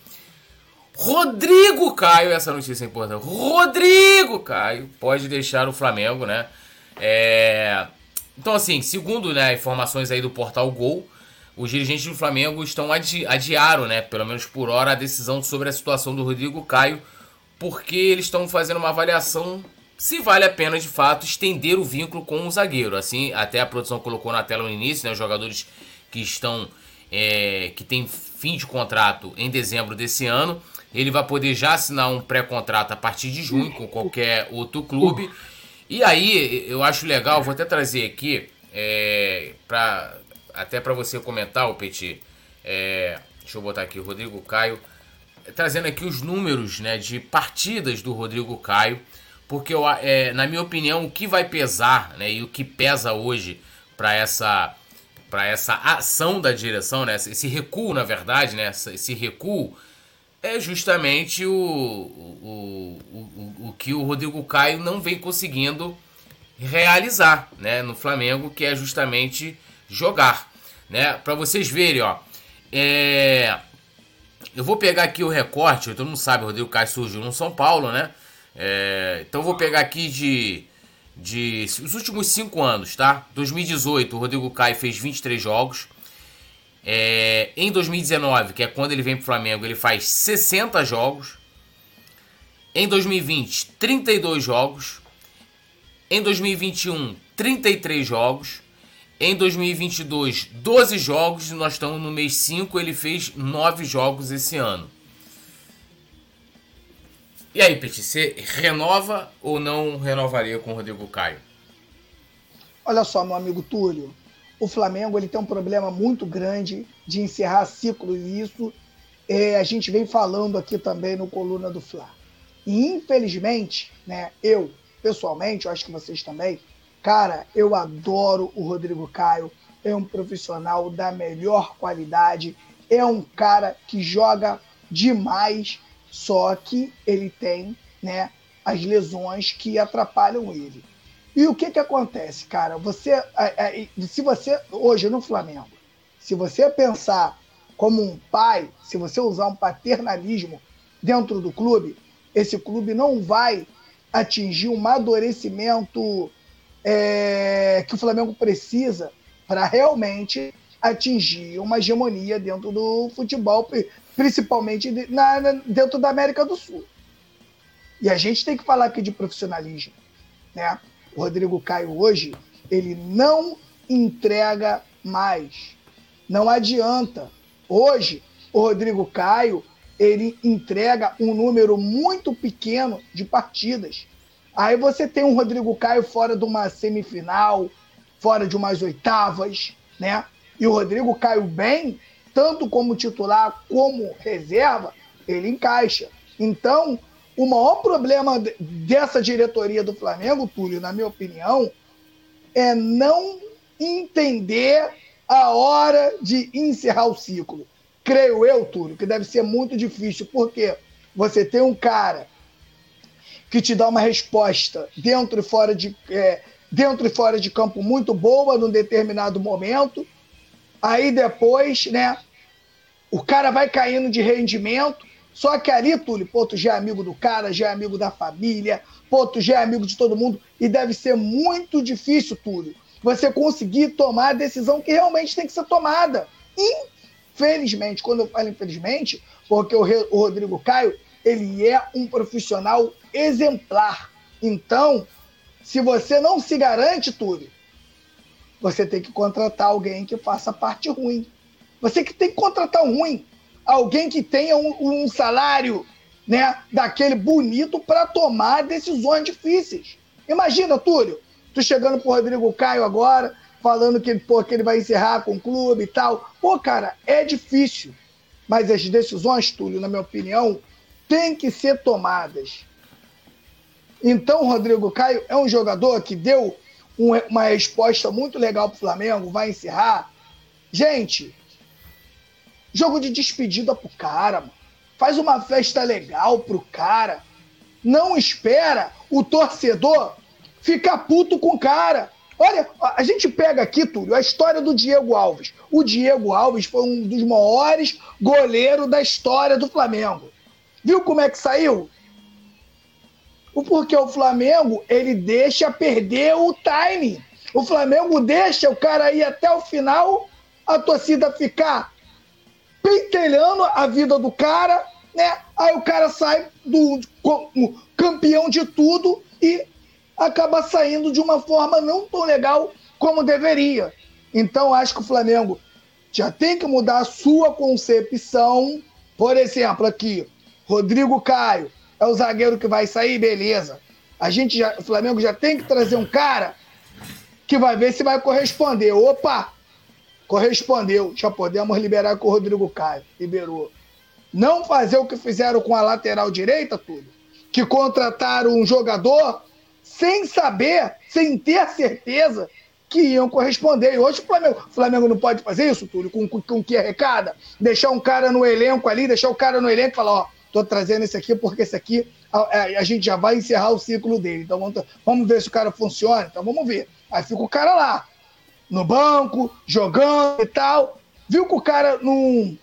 Rodrigo Caio, essa notícia é importante. Rodrigo Caio pode deixar o Flamengo, né? É... Então, assim, segundo, né, informações aí do Portal Gol, os dirigentes do Flamengo estão adi adiaram, né, pelo menos por hora, a decisão sobre a situação do Rodrigo Caio, porque eles estão fazendo uma avaliação se vale a pena, de fato, estender o vínculo com o zagueiro. Assim, até a produção colocou na tela no início, né, os jogadores que estão, é, que têm fim de contrato em dezembro desse ano. Ele vai poder já assinar um pré-contrato a partir de junho com qualquer outro clube. E aí, eu acho legal, vou até trazer aqui, é, pra, até para você comentar, o Petit, é, deixa eu botar aqui, o Rodrigo Caio, trazendo aqui os números, né, de partidas do Rodrigo Caio, porque, eu, é, na minha opinião, o que vai pesar, né, e o que pesa hoje para essa, para essa ação da direção, né, esse recuo, na verdade, né, esse recuo, é justamente o, o, o, o, o que o Rodrigo Caio não vem conseguindo realizar, né, no Flamengo, que é justamente jogar, né? Para vocês verem, ó, é... eu vou pegar aqui o recorte, todo mundo sabe, o Rodrigo Caio surgiu no São Paulo, né? É... Então eu vou pegar aqui de, de os últimos cinco anos, tá? dois mil e dezoito, o Rodrigo Caio fez vinte e três jogos. É, em dois mil e dezenove, que é quando ele vem pro Flamengo, ele faz sessenta jogos. Em dois mil e vinte, trinta e dois jogos. Em dois mil e vinte e um, trinta e três jogos. Em dois mil e vinte e dois, doze jogos. E nós estamos no mês cinco, ele fez nove jogos esse ano. E aí, Petit, você renova ou não renovaria com o Rodrigo Caio? Olha só, meu amigo Túlio. O Flamengo ele tem um problema muito grande de encerrar ciclos, e isso é, a gente vem falando aqui também no Coluna do Fla. E infelizmente, né, eu, pessoalmente, eu acho que vocês também, cara, eu adoro o Rodrigo Caio, é um profissional da melhor qualidade, é um cara que joga demais, só que ele tem, né, as lesões que atrapalham ele. E o que que acontece, cara? Você, se você, hoje no Flamengo, se você pensar como um pai, se você usar um paternalismo dentro do clube, esse clube não vai atingir um amadurecimento é, que o Flamengo precisa para realmente atingir uma hegemonia dentro do futebol, principalmente na, dentro da América do Sul. E a gente tem que falar aqui de profissionalismo, né? O Rodrigo Caio hoje, ele não entrega mais. Não adianta. Hoje, o Rodrigo Caio, ele entrega um número muito pequeno de partidas. Aí você tem um Rodrigo Caio fora de uma semifinal, fora de umas oitavas, né? E o Rodrigo Caio bem, tanto como titular como reserva, ele encaixa. Então, o maior problema dessa diretoria do Flamengo, Túlio, na minha opinião, é não entender a hora de encerrar o ciclo. Creio eu, Túlio, que deve ser muito difícil, porque você tem um cara que te dá uma resposta dentro e fora de, é, dentro e fora de campo muito boa num determinado momento, aí depois, né, o cara vai caindo de rendimento. Só que ali, Túlio, pô, tu já é amigo do cara, já é amigo da família, pô, tu já é amigo de todo mundo, e deve ser muito difícil, Túlio, você conseguir tomar a decisão que realmente tem que ser tomada. Infelizmente, quando eu falo infelizmente, porque o Rodrigo Caio, ele é um profissional exemplar. Então, se você não se garante, Túlio, você tem que contratar alguém que faça a parte ruim. Você que tem que contratar um ruim. Alguém que tenha um, um salário, né, daquele bonito para tomar decisões difíceis. Imagina, Túlio, tu chegando pro Rodrigo Caio agora, falando que, pô, que ele vai encerrar com o clube e tal. Pô, cara, é difícil. Mas as decisões, Túlio, na minha opinião, têm que ser tomadas. Então, o Rodrigo Caio é um jogador que deu um, uma resposta muito legal pro Flamengo, vai encerrar. Gente, jogo de despedida pro cara, mano. Faz uma festa legal pro cara. Não espera o torcedor ficar puto com o cara. Olha, a gente pega aqui, Túlio, a história do Diego Alves. O Diego Alves foi um dos maiores goleiros da história do Flamengo. Viu como é que saiu? Porque o Flamengo, ele deixa perder o time. O Flamengo deixa o cara ir até o final, a torcida ficar pentelhando a vida do cara, né? Aí o cara sai do campeão de tudo e acaba saindo de uma forma não tão legal como deveria. Então, acho que o Flamengo já tem que mudar a sua concepção. Por exemplo, aqui, Rodrigo Caio é o zagueiro que vai sair, beleza. A gente já, o Flamengo já tem que trazer um cara que vai ver se vai corresponder. Opa, correspondeu. Já podemos liberar com o Rodrigo Caio. Liberou. Não fazer o que fizeram com a lateral direita, tudo. Que contrataram um jogador sem saber, sem ter certeza que iam corresponder. E hoje o Flamengo, o Flamengo não pode fazer isso, Túlio, com, com, com que arrecada? Deixar um cara no elenco ali, deixar o cara no elenco e falar, ó, tô trazendo esse aqui porque esse aqui a, a, a gente já vai encerrar o ciclo dele. Então vamos, vamos ver se o cara funciona. Então vamos ver. Aí fica o cara lá, no banco, jogando e tal. Viu que o cara não...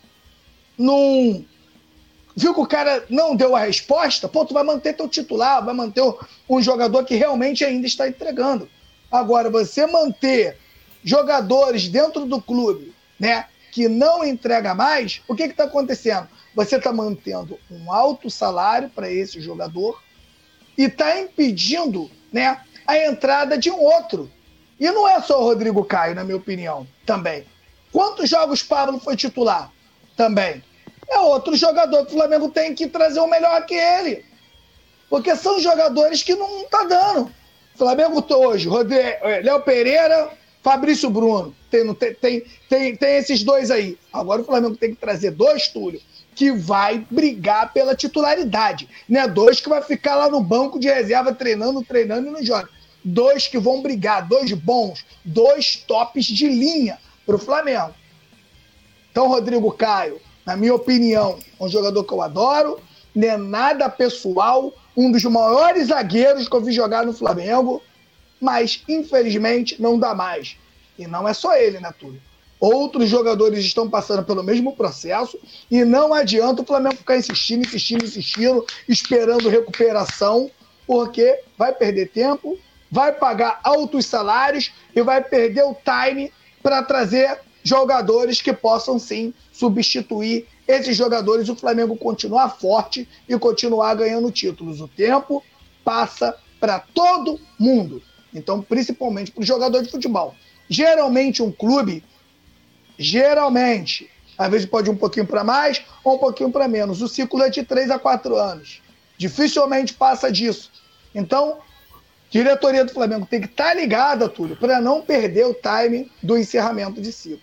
não viu que o cara não deu a resposta? Pô, tu vai manter teu titular, vai manter um jogador que realmente ainda está entregando. Agora, você manter jogadores dentro do clube, né, que não entrega mais, o que está acontecendo? Você está mantendo um alto salário para esse jogador e está impedindo, né, a entrada de um outro. E não é só o Rodrigo Caio, na minha opinião, também. Quantos jogos Pablo foi titular? Também. É outro jogador que o Flamengo tem que trazer o melhor que ele. Porque são jogadores que não tá dando. Flamengo hoje, Léo Pereira, Fabrício Bruno. Tem, tem, tem, tem, tem esses dois aí. Agora o Flamengo tem que trazer dois, Túlio, que vai brigar pela titularidade. Não é dois que vai ficar lá no banco de reserva treinando, treinando e não joga. Dois que vão brigar, dois bons, dois tops de linha pro Flamengo. Então, Rodrigo Caio, na minha opinião, é um jogador que eu adoro, não é nada pessoal, um dos maiores zagueiros que eu vi jogar no Flamengo, mas, infelizmente, não dá mais. E não é só ele, né, Túlio? Outros jogadores estão passando pelo mesmo processo e não adianta o Flamengo ficar insistindo, insistindo, insistindo, esperando recuperação, porque vai perder tempo, vai pagar altos salários e vai perder o time para trazer jogadores que possam, sim, substituir esses jogadores e o Flamengo continuar forte e continuar ganhando títulos. O tempo passa para todo mundo. Então, principalmente para o jogador de futebol. Geralmente, um clube, geralmente, às vezes pode ir um pouquinho para mais ou um pouquinho para menos. O ciclo é de três a quatro anos. Dificilmente passa disso. Então, diretoria do Flamengo tem que estar ligada, Túlio, para não perder o time do encerramento de ciclo.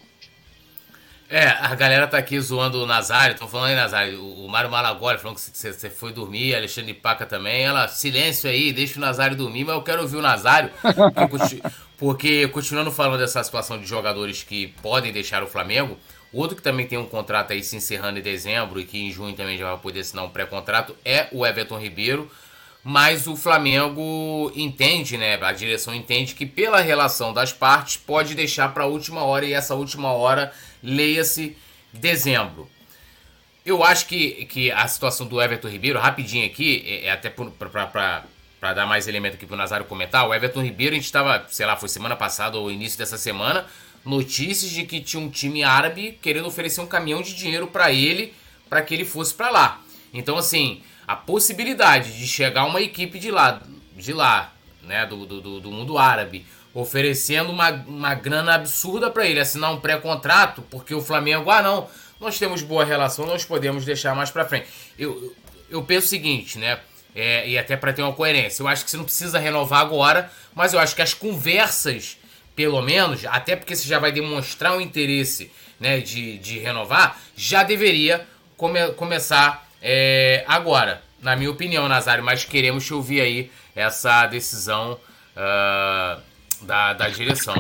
É, a galera tá aqui zoando o Nazário, estão falando aí, Nazário, o Mário Malagoli falando que você foi dormir, Alexandre Paca também, ela, silêncio aí, deixa o Nazário dormir, mas eu quero ouvir o Nazário, porque, porque continuando falando dessa situação de jogadores que podem deixar o Flamengo, outro que também tem um contrato aí se encerrando em dezembro e que em junho também já vai poder assinar um pré-contrato é o Everton Ribeiro, mas o Flamengo entende, né, a direção entende que pela relação das partes pode deixar para a última hora e essa última hora leia-se dezembro. Eu acho que, que a situação do Everton Ribeiro, rapidinho aqui, é, é até para dar mais elemento aqui para o Nazário comentar, o Everton Ribeiro, a gente estava, sei lá, foi semana passada ou início dessa semana, notícias de que tinha um time árabe querendo oferecer um caminhão de dinheiro para ele, para que ele fosse para lá. Então, assim, a possibilidade de chegar uma equipe de lá, de lá, né, do, do, do mundo árabe, oferecendo uma, uma grana absurda para ele, assinar um pré-contrato, porque o Flamengo, ah não, nós temos boa relação, nós podemos deixar mais para frente. Eu, eu penso o seguinte, né, é, e até para ter uma coerência, eu acho que você não precisa renovar agora, mas eu acho que as conversas pelo menos, até porque você já vai demonstrar um interesse, né, de, de renovar, já deveria come, começar é, agora, na minha opinião, Nazário, mas queremos te ouvir aí essa decisão uh, da, da direção.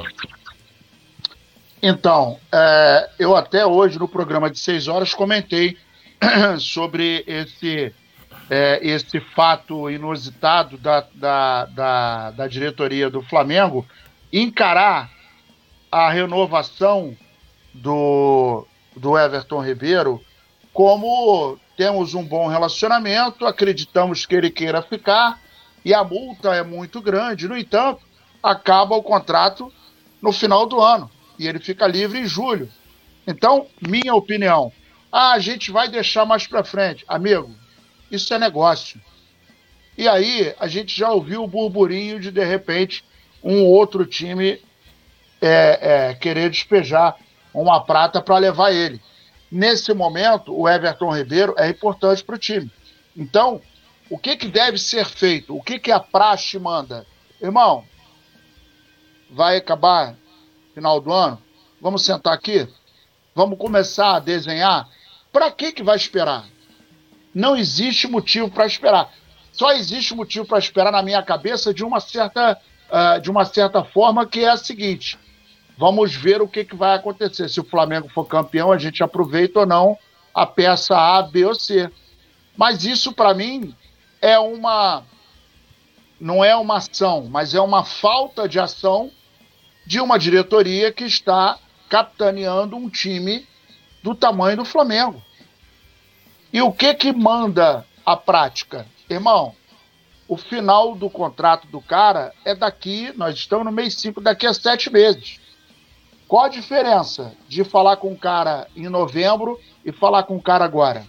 Então, é, eu até hoje, no programa de seis horas, comentei sobre esse, é, esse fato inusitado da, da, da, da diretoria do Flamengo encarar a renovação do, do Everton Ribeiro como temos um bom relacionamento, acreditamos que ele queira ficar e a multa é muito grande. No entanto, acaba o contrato no final do ano e ele fica livre em julho. Então, minha opinião, ah, a gente vai deixar mais para frente. Amigo, isso é negócio. E aí, a gente já ouviu o burburinho de, de repente, um outro time é, é, querer despejar uma prata para levar ele. Nesse momento, o Everton Ribeiro é importante para o time. Então, o que, que deve ser feito? O que, que a praxe manda? Irmão, vai acabar final do ano? Vamos sentar aqui? Vamos começar a desenhar? Para que, que vai esperar? Não existe motivo para esperar. Só existe motivo para esperar na minha cabeça de uma certa, uh, de uma certa forma, que é a seguinte: vamos ver o que, que vai acontecer. Se o Flamengo for campeão, a gente aproveita ou não a peça A, B ou C. Mas isso, para mim, é uma... não é uma ação, mas é uma falta de ação de uma diretoria que está capitaneando um time do tamanho do Flamengo. E o que que manda a prática? Irmão, o final do contrato do cara é daqui, nós estamos no mês cinco, daqui a sete meses. Qual a diferença de falar com o cara em novembro e falar com o cara agora?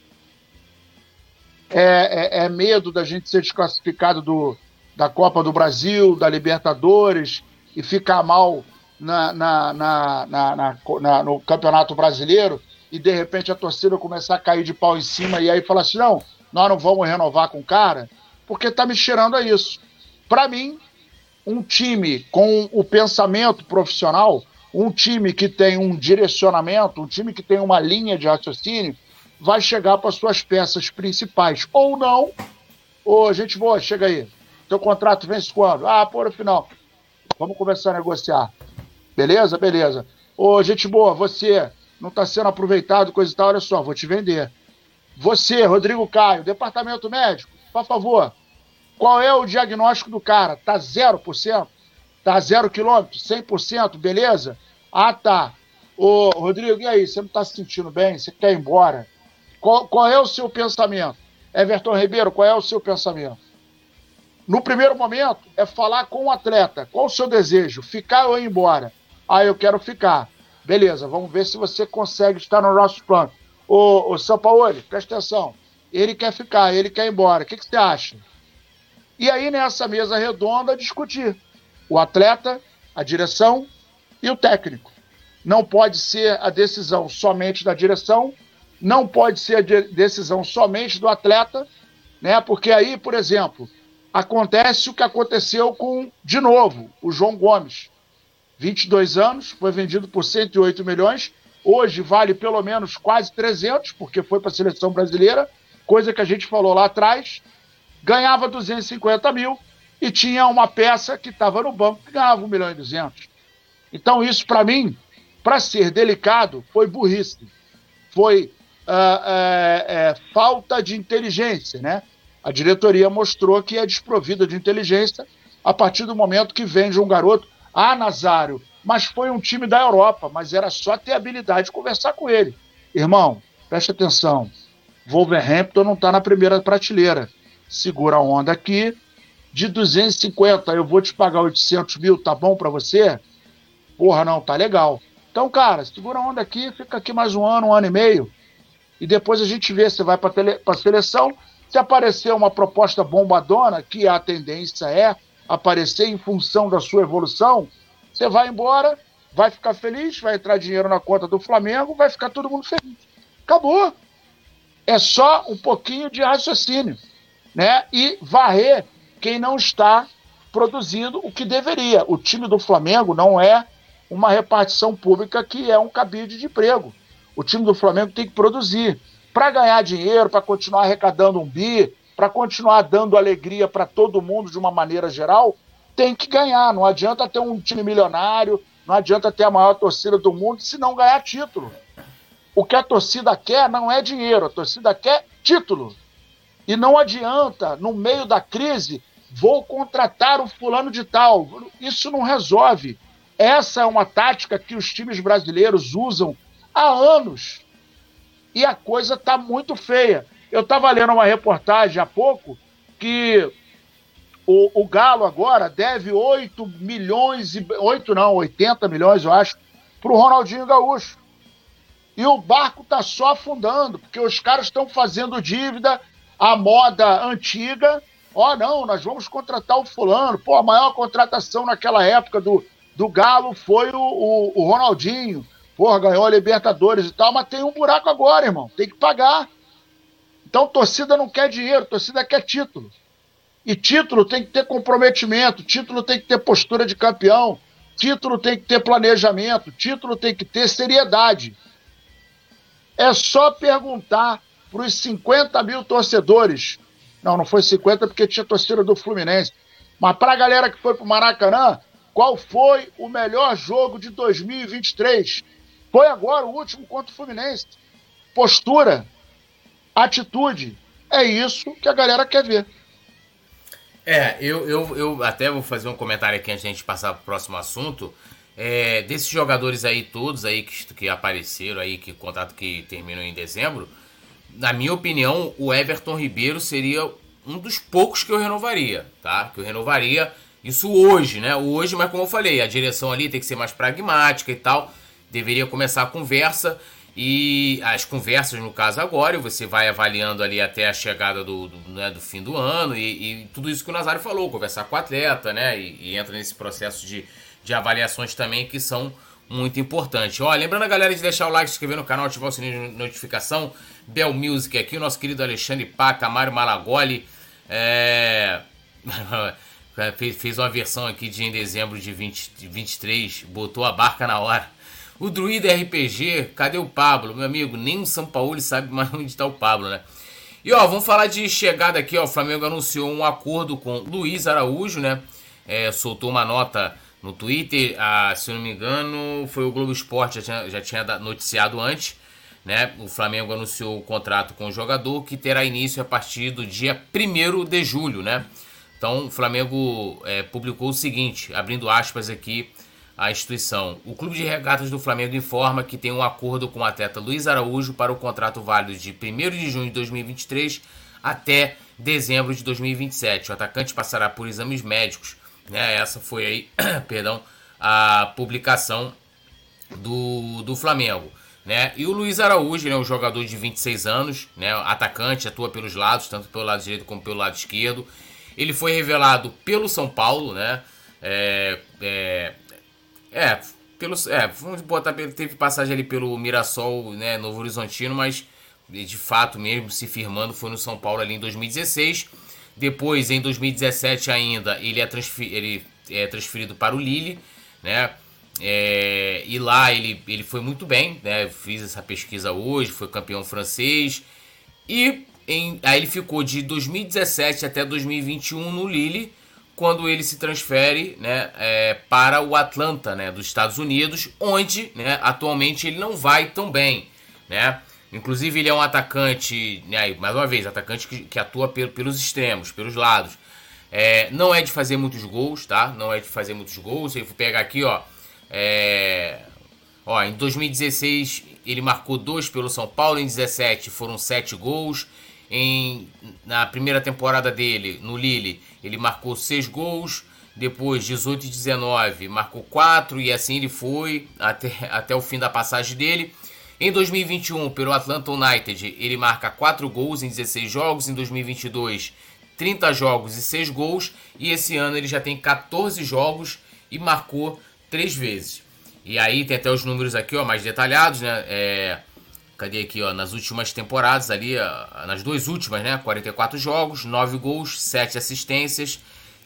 É, é, é medo da gente ser desclassificado do, da Copa do Brasil, da Libertadores, e ficar mal na, na, na, na, na, na, no Campeonato Brasileiro, e de repente a torcida começar a cair de pau em cima e aí falar assim, não, nós não vamos renovar com o cara, porque tá me cheirando a isso. Para mim, um time com o pensamento profissional, um time que tem um direcionamento, um time que tem uma linha de raciocínio, vai chegar para suas peças principais. Ou não, ô, gente boa, chega aí, teu contrato vence quando? Ah, pô, no final. Vamos começar a negociar. Beleza? Beleza. Ô, gente boa, você não está sendo aproveitado, coisa e tal, olha só, vou te vender. Você, Rodrigo Caio, departamento médico, por favor, qual é o diagnóstico do cara? Tá zero por cento? Tá zero quilômetro? cem por cento? Beleza? Ah, tá. Ô, Rodrigo, e aí? Você não está se sentindo bem? Você quer ir embora? Qual, qual é o seu pensamento? Everton Ribeiro, qual é o seu pensamento? No primeiro momento, é falar com o atleta. Qual o seu desejo? Ficar ou ir embora? Ah, eu quero ficar. Beleza, vamos ver se você consegue estar no nosso plano. Ô, ô São Paulo, presta atenção. Ele quer ficar, ele quer ir embora. O que, que você acha? E aí, nessa mesa redonda, discutir. O atleta, a direção e o técnico. Não pode ser a decisão somente da direção, não pode ser a de- decisão somente do atleta, né? Porque aí, por exemplo, acontece o que aconteceu com, de novo, o João Gomes. vinte e dois anos, foi vendido por cento e oito milhões, hoje vale pelo menos quase trezentos, porque foi para a seleção brasileira, coisa que a gente falou lá atrás, ganhava duzentos e cinquenta mil e tinha uma peça que estava no banco que ganhava um milhão e duzentos. Então isso, para mim, para ser delicado, foi burrice, foi uh, é, é, falta de inteligência, né? A diretoria mostrou que é desprovida de inteligência a partir do momento que vende um garoto. Ah, Nazário, mas foi um time da Europa, mas era só ter habilidade de conversar com ele. Irmão, preste atenção, Wolverhampton não está na primeira prateleira. Segura a onda aqui, de duzentos e cinquenta eu vou te pagar oitocentos mil, tá bom para você? Porra, não, tá legal. Então, cara, segura a onda aqui, fica aqui mais um ano, um ano e meio, e depois a gente vê se vai para a seleção. Se aparecer uma proposta bombadona, que a tendência é aparecer em função da sua evolução, você vai embora, vai ficar feliz, vai entrar dinheiro na conta do Flamengo, vai ficar todo mundo feliz. Acabou. É só um pouquinho de raciocínio, né? E varrer quem não está produzindo o que deveria. O time do Flamengo não é uma repartição pública que é um cabide de emprego. O time do Flamengo tem que produzir. Para ganhar dinheiro, para continuar arrecadando um bi, para continuar dando alegria para todo mundo de uma maneira geral, tem que ganhar. Não adianta ter um time milionário, não adianta ter a maior torcida do mundo se não ganhar título. O que a torcida quer não é dinheiro, a torcida quer título. E não adianta, no meio da crise, vou contratar o fulano de tal. Isso não resolve. Essa é uma tática que os times brasileiros usam há anos. E a coisa está muito feia. Eu estava lendo uma reportagem há pouco que o, o Galo agora deve oito milhões, e oito não, oitenta milhões, eu acho, para o Ronaldinho Gaúcho. E o barco está só afundando, porque os caras estão fazendo dívida à moda antiga. Ó, oh, não, nós vamos contratar o fulano. Pô, a maior contratação naquela época do, do Galo foi o, o, o Ronaldinho. Porra, ganhou a Libertadores e tal, mas tem um buraco agora, irmão. Tem que pagar. Então, torcida não quer dinheiro, torcida quer título. E título tem que ter comprometimento, título tem que ter postura de campeão, título tem que ter planejamento, título tem que ter seriedade. É só perguntar para os cinquenta mil torcedores. Não, não foi cinquenta porque tinha torcida do Fluminense. Mas para a galera que foi para o Maracanã, qual foi o melhor jogo de dois mil e vinte e três? Foi agora o último contra o Fluminense. Postura, atitude. É isso que a galera quer ver. É, eu, eu, eu até vou fazer um comentário aqui antes de a gente passar para o próximo assunto. É, desses jogadores aí todos aí que, que apareceram aí, que contrato que terminou em dezembro, na minha opinião, o Everton Ribeiro seria um dos poucos que eu renovaria, tá? Que eu renovaria isso hoje, né? Hoje, mas como eu falei, a direção ali tem que ser mais pragmática e tal. Deveria começar a conversa e as conversas, no caso agora, você vai avaliando ali até a chegada do, do, né, do fim do ano e, e tudo isso que o Nazário falou, conversar com o atleta, né? E, e entra nesse processo de de avaliações também que são muito importantes. Ó, lembrando a galera de deixar o like, se inscrever no canal, ativar o sininho de notificação. Bel Music aqui, o nosso querido Alexandre Paca, Mário Malagoli, é... fez uma versão aqui de em dezembro de, vinte, de vinte e três, botou a barca na hora. O Druida R P G, cadê o Pablo? Meu amigo, nem o São Paulo sabe mais onde está o Pablo, né? E ó, vamos falar de chegada aqui, ó, o Flamengo anunciou um acordo com Luiz Araújo, né? É, soltou uma nota no Twitter, ah, se eu não me engano, foi o Globo Esporte, já tinha, já tinha noticiado antes, né? O Flamengo anunciou o contrato com o jogador que terá início a partir do dia primeiro de julho, né? Então o Flamengo é, publicou o seguinte, abrindo aspas aqui a instituição. O Clube de Regatas do Flamengo informa que tem um acordo com o atleta Luiz Araújo para o contrato válido de primeiro de junho de dois mil e vinte e três até dezembro de dois mil e vinte e sete. O atacante passará por exames médicos. Né, essa foi aí, perdão, a publicação do, do Flamengo, né? E o Luiz Araújo, né, um jogador de vinte e seis anos, né, atacante, atua pelos lados, tanto pelo lado direito como pelo lado esquerdo. Ele foi revelado pelo São Paulo, né? É, é, é, pelo, é vamos botar, teve passagem ali pelo Mirassol, né, Novo Horizontino, mas de fato mesmo se firmando foi no São Paulo ali em dois mil e dezesseis. Depois, em dois mil e dezessete ainda, ele é, transfer, ele é transferido para o Lille, né? É, e lá ele, ele foi muito bem, né? Fiz essa pesquisa hoje, foi campeão francês. E em, aí ele ficou de dois mil e dezessete até dois mil e vinte e um no Lille, quando ele se transfere, né, é, para o Atlanta, né, dos Estados Unidos, onde, né, atualmente ele não vai tão bem, né? Inclusive ele é um atacante, né, mais uma vez, atacante que, que atua pelo, pelos extremos, pelos lados. É, não é de fazer muitos gols, tá? Não é de fazer muitos gols. Se eu for pegar aqui, ó, é, ó, em dois mil e dezesseis ele marcou dois pelo São Paulo, em dezessete foram sete gols. Em, na primeira temporada dele, no Lille, ele marcou seis gols. Depois, dezoito e dezenove, marcou quatro e assim ele foi até, até o fim da passagem dele. Em dois mil e vinte e um, pelo Atlanta United, ele marca quatro gols em dezesseis jogos. Em dois mil e vinte e dois, trinta jogos e seis gols. E esse ano ele já tem catorze jogos e marcou três vezes. E aí tem até os números aqui, ó, mais detalhados, né? É, cadê aqui, ó? Nas últimas temporadas ali, ó, nas duas últimas, né? quarenta e quatro jogos, nove gols, sete assistências,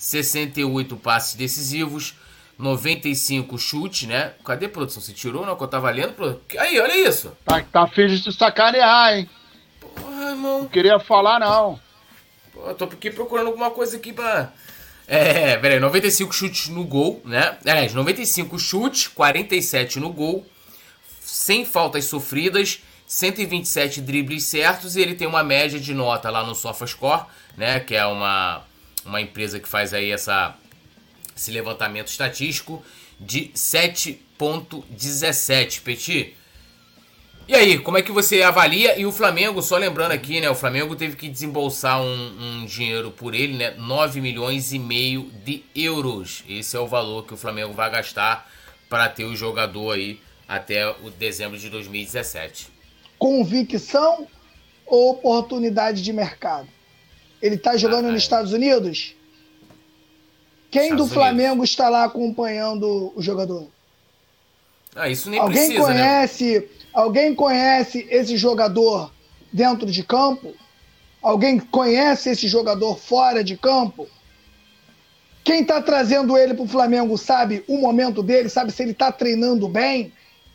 sessenta e oito passes decisivos, noventa e cinco chutes, né? Cadê a produção? Você tirou, não? Que eu tava lendo? Aí, olha isso. Tá, tá fingindo de sacanear, hein? Porra, irmão. Não queria falar, não. Pô, eu tô aqui procurando alguma coisa aqui pra... É, peraí, noventa e cinco chutes no gol, né? Aliás, noventa e cinco chutes, quarenta e sete no gol, sem faltas sofridas, cento e vinte e sete dribles certos, e ele tem uma média de nota lá no SofaScore, né? Que é uma, uma empresa que faz aí essa... esse levantamento estatístico de sete vírgula dezessete, Petit. E aí, como é que você avalia? E o Flamengo, só lembrando aqui, né? O Flamengo teve que desembolsar um, um dinheiro por ele, né? nove milhões e meio de euros. Esse é o valor que o Flamengo vai gastar para ter o jogador aí até o dezembro de dois mil e dezessete. Convicção ou oportunidade de mercado? Ele tá jogando ah, nos é. Estados Unidos? Quem Estados do Flamengo Unidos. Está lá acompanhando o jogador? Ah, isso nem alguém precisa, conhece, né? Alguém conhece esse jogador dentro de campo? Alguém conhece esse jogador fora de campo? Quem está trazendo ele para o Flamengo sabe o momento dele? Sabe se ele está treinando bem?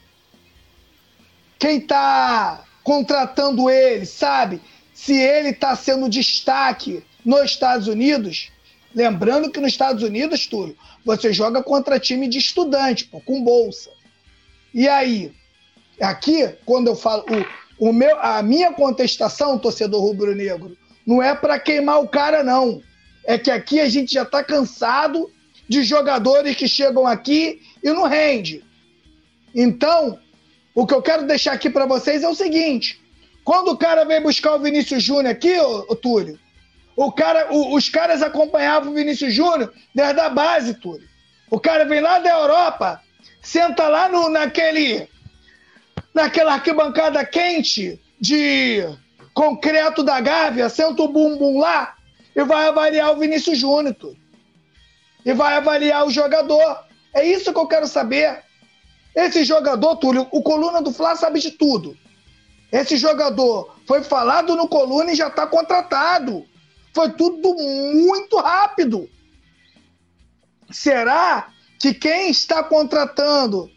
Quem está contratando ele sabe se ele está sendo destaque nos Estados Unidos? Lembrando que nos Estados Unidos, Túlio, você joga contra time de estudante, pô, com bolsa. E aí, aqui, quando eu falo, o, o meu, a minha contestação, torcedor rubro-negro, não é para queimar o cara, não. É que aqui a gente já está cansado de jogadores que chegam aqui e não rende. Então, o que eu quero deixar aqui para vocês é o seguinte: quando o cara vem buscar o Vinícius Júnior aqui, ô, ô, Túlio, o cara, o, os caras acompanhavam o Vinícius Júnior desde a base, Túlio. O cara vem lá da Europa, senta lá no, naquele, naquela arquibancada quente de concreto da Gávea, senta o bumbum lá e vai avaliar o Vinícius Júnior, Túlio. E vai avaliar o jogador. É isso que eu quero saber. Esse jogador, Túlio, o Coluna do Fla sabe de tudo. Esse jogador foi falado no Coluna e já está contratado. Foi tudo muito rápido. Será que quem está contratando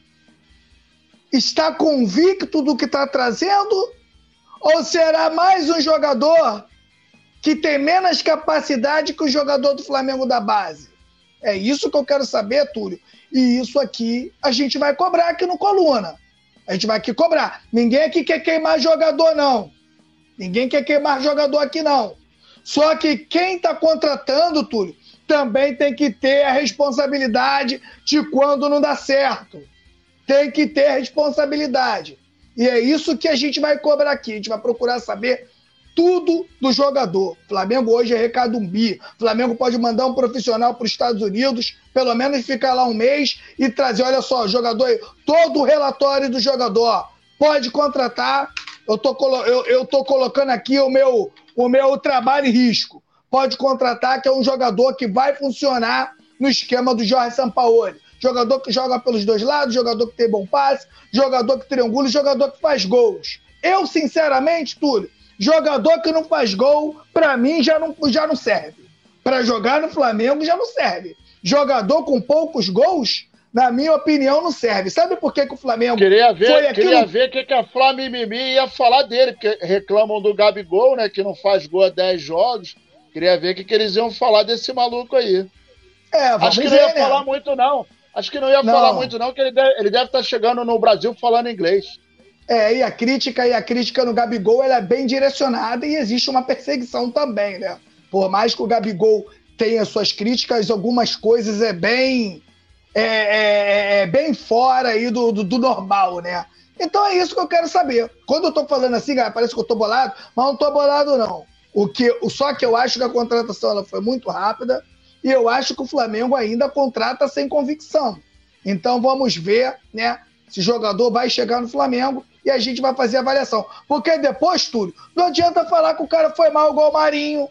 está convicto do que está trazendo? Ou será mais um jogador que tem menos capacidade que o jogador do Flamengo da base? É isso que eu quero saber, Túlio. E isso aqui a gente vai cobrar aqui no Coluna. A gente vai aqui cobrar. Ninguém aqui quer queimar jogador, não. Ninguém quer queimar jogador aqui, não. Só que quem está contratando, Túlio, também tem que ter a responsabilidade de quando não dá certo. Tem que ter responsabilidade. E é isso que a gente vai cobrar aqui. A gente vai procurar saber tudo do jogador. Flamengo hoje é recadumbi. Flamengo pode mandar um profissional para os Estados Unidos, pelo menos ficar lá um mês e trazer, olha só, jogador, todo o relatório do jogador. Pode contratar. Eu tô, eu, eu tô colocando aqui o meu, o meu trabalho em risco. Pode contratar, que é um jogador que vai funcionar no esquema do Jorge Sampaoli. Jogador que joga pelos dois lados, jogador que tem bom passe, jogador que triangula, jogador que faz gols. Eu, sinceramente, Túlio, jogador que não faz gol, pra mim, já não, já não serve. Pra jogar no Flamengo, já não serve. Jogador com poucos gols, na minha opinião, não serve. Sabe por que, que o Flamengo queria ver, foi aquilo? Queria ver o que, que a Flamimimi ia falar dele, porque reclamam do Gabigol, né, que não faz gol há dez jogos. Queria ver o que, que eles iam falar desse maluco aí. É, vamos Acho que ver, não ia né? falar muito, não. Acho que não ia não. falar muito, não, que ele deve, ele deve estar chegando no Brasil falando inglês. É, e a crítica, e a crítica no Gabigol, ela é bem direcionada e existe uma perseguição também, né? Por mais que o Gabigol tenha suas críticas, algumas coisas é bem, é, é, é bem fora aí do, do, do normal, né? Então é isso que eu quero saber. Quando eu tô falando assim, cara, parece que eu tô bolado, mas não tô bolado, não. O que, só que eu acho que a contratação ela foi muito rápida e eu acho que o Flamengo ainda contrata sem convicção. Então vamos ver, né, se o jogador vai chegar no Flamengo e a gente vai fazer a avaliação. Porque depois, Túlio, não adianta falar que o cara foi mal igual o Marinho.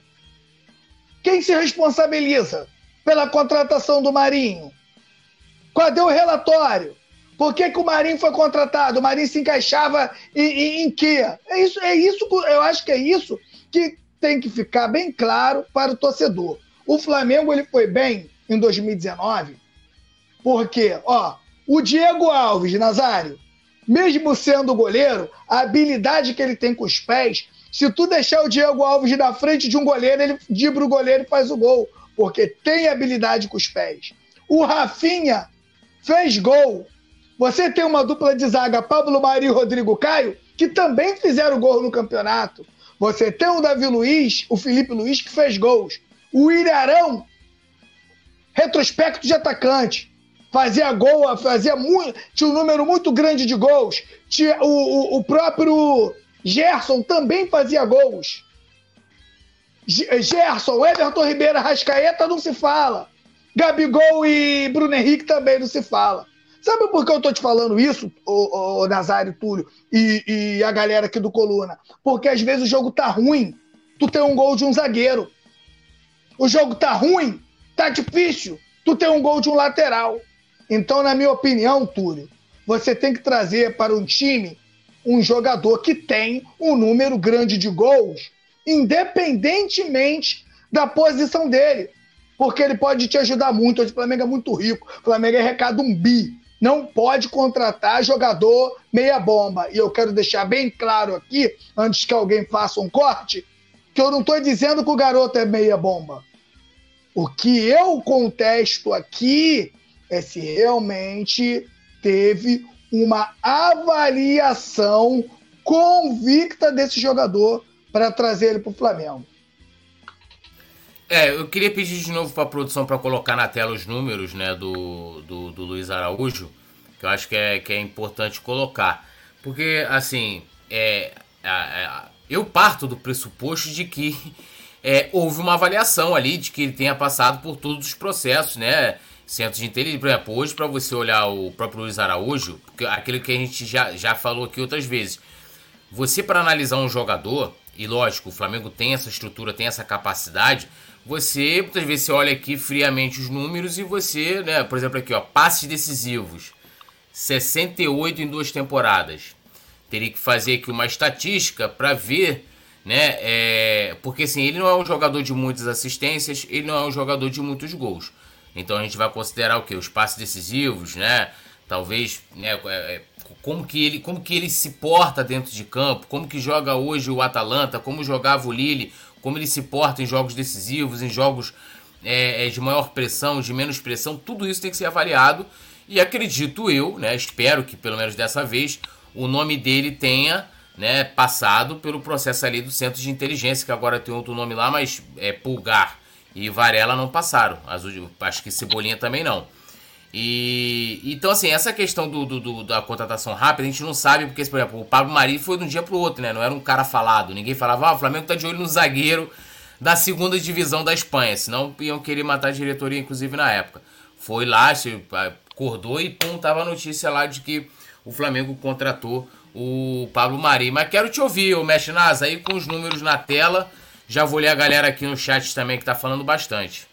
Quem se responsabiliza pela contratação do Marinho? Cadê o relatório? Por que, que o Marinho foi contratado? O Marinho se encaixava em, em, em quê? É isso, é isso, eu acho que é isso que tem que ficar bem claro para o torcedor. O Flamengo ele foi bem em dois mil e dezenove, porque, ó, o Diego Alves, Nazário, mesmo sendo goleiro, a habilidade que ele tem com os pés, se tu deixar o Diego Alves na frente de um goleiro, ele dribla o goleiro e faz o gol, porque tem habilidade com os pés. O Rafinha fez gol. Você tem uma dupla de zaga, Pablo Mari e Rodrigo Caio, que também fizeram gol no campeonato. Você tem o Davi Luiz, o Felipe Luiz, que fez gols. O Ilharão, retrospecto de atacante, fazia gol, fazia muito, tinha um número muito grande de gols. Tinha, o, o, o próprio Gerson também fazia gols. Gerson, Everton Ribeiro, Arrascaeta não se fala. Gabigol e Bruno Henrique também não se fala. Sabe por que eu tô te falando isso, ô, ô, Nazário, Túlio e, e a galera aqui do Coluna? Porque às vezes o jogo tá ruim, tu tem um gol de um zagueiro. O jogo tá ruim, tá difícil, tu tem um gol de um lateral. Então, na minha opinião, Túlio, você tem que trazer para um time um jogador que tem um número grande de gols, independentemente da posição dele. Porque ele pode te ajudar muito. Hoje o Flamengo é muito rico. O Flamengo é recado um bi. Não pode contratar jogador meia bomba. E eu quero deixar bem claro aqui, antes que alguém faça um corte, que eu não estou dizendo que o garoto é meia bomba. O que eu contesto aqui é se realmente teve uma avaliação convicta desse jogador para trazer ele para o Flamengo. É, eu queria pedir de novo para a produção para colocar na tela os números, né, do, do, do Luiz Araújo, que eu acho que é, que é importante colocar. Porque, assim, é, é, é, eu parto do pressuposto de que é, houve uma avaliação ali, de que ele tenha passado por todos os processos, né, centros de inteligência. Por exemplo, hoje, para você olhar o próprio Luiz Araújo, porque aquilo que a gente já, já falou aqui outras vezes, você, para analisar um jogador, e lógico, o Flamengo tem essa estrutura, tem essa capacidade, você, muitas vezes, você olha aqui friamente os números e você, né, por exemplo aqui, ó, passes decisivos, sessenta e oito em duas temporadas. Teria que fazer aqui uma estatística para ver, né, é, porque assim, ele não é um jogador de muitas assistências, ele não é um jogador de muitos gols. Então a gente vai considerar o quê? Os passes decisivos, né, talvez, né, é, como que ele, como que ele se porta dentro de campo, como que joga hoje o Atalanta, como jogava o Lille, como ele se porta em jogos decisivos, em jogos é, de maior pressão, de menos pressão, tudo isso tem que ser avaliado. E acredito eu, né, espero que pelo menos dessa vez o nome dele tenha, né, passado pelo processo ali do Centro de Inteligência, que agora tem outro nome lá, mas é, Pulgar e Varela não passaram. Acho que Cebolinha também não. E então, assim, essa questão do, do, do, da contratação rápida, a gente não sabe, porque, por exemplo, o Pablo Mari foi de um dia pro outro, né? Não era um cara falado. Ninguém falava, ah, o Flamengo tá de olho no zagueiro da segunda divisão da Espanha. Senão iam querer matar a diretoria, inclusive, na época. Foi lá, se acordou e pum, tava a notícia lá de que o Flamengo contratou o Pablo Mari. Mas quero te ouvir, ô Mestre Nasa, aí com os números na tela. Já vou ler a galera aqui no chat também que tá falando bastante.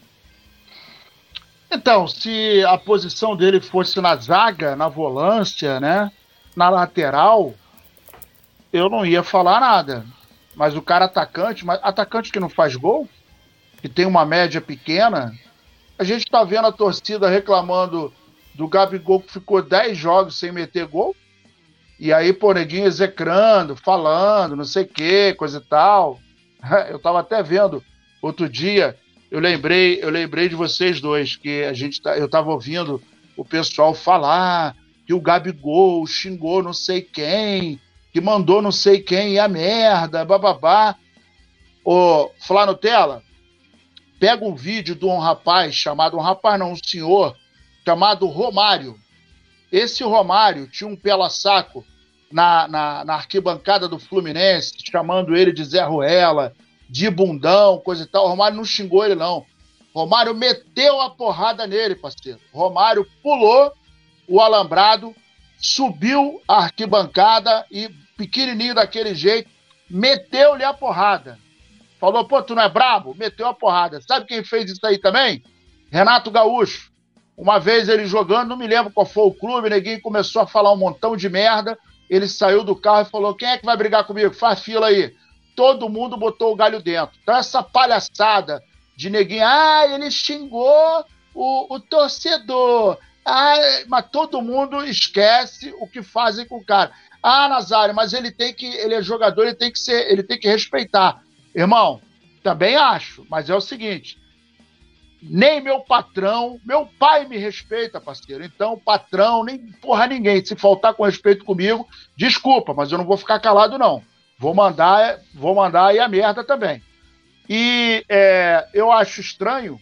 Então, se a posição dele fosse na zaga, na volância, né, na lateral, eu não ia falar nada. Mas o cara atacante, mas atacante que não faz gol, que tem uma média pequena, a gente tá vendo a torcida reclamando do Gabigol que ficou dez jogos sem meter gol, e aí, pô, neguinho execrando, falando, não sei o que, coisa e tal. Eu tava até vendo outro dia, Eu lembrei, eu lembrei de vocês dois, que a gente tá, eu estava ouvindo o pessoal falar que o Gabigol xingou não sei quem, que mandou não sei quem e a merda, bababá. Ô, Flá Nutella, pega um vídeo de um rapaz chamado, um rapaz não, um senhor, chamado Romário. Esse Romário tinha um pela-saco na, na, na arquibancada do Fluminense, chamando ele de Zé Ruela, de bundão, coisa e tal. O Romário não xingou ele, não. O Romário meteu a porrada nele, parceiro. O Romário pulou o alambrado, subiu a arquibancada e, pequenininho daquele jeito, meteu-lhe a porrada. Falou, pô, tu não é brabo? Meteu a porrada. Sabe quem fez isso aí também? Renato Gaúcho. Uma vez ele jogando, não me lembro qual foi o clube, neguinho começou a falar um montão de merda, ele saiu do carro e falou, quem é que vai brigar comigo? Faz fila aí. Todo mundo botou o galho dentro. Então essa palhaçada de neguinho, ah, ele xingou o, o torcedor, ah, mas todo mundo esquece o que fazem com o cara. Ah, Nazário, mas ele tem que, ele é jogador, ele tem que ser, ele tem que respeitar. Irmão, também acho, mas é o seguinte, nem meu patrão, meu pai me respeita, parceiro, então patrão, nem porra ninguém, se faltar com respeito comigo, desculpa, mas eu não vou ficar calado não, vou mandar, vou mandar aí a merda também. E é, eu acho estranho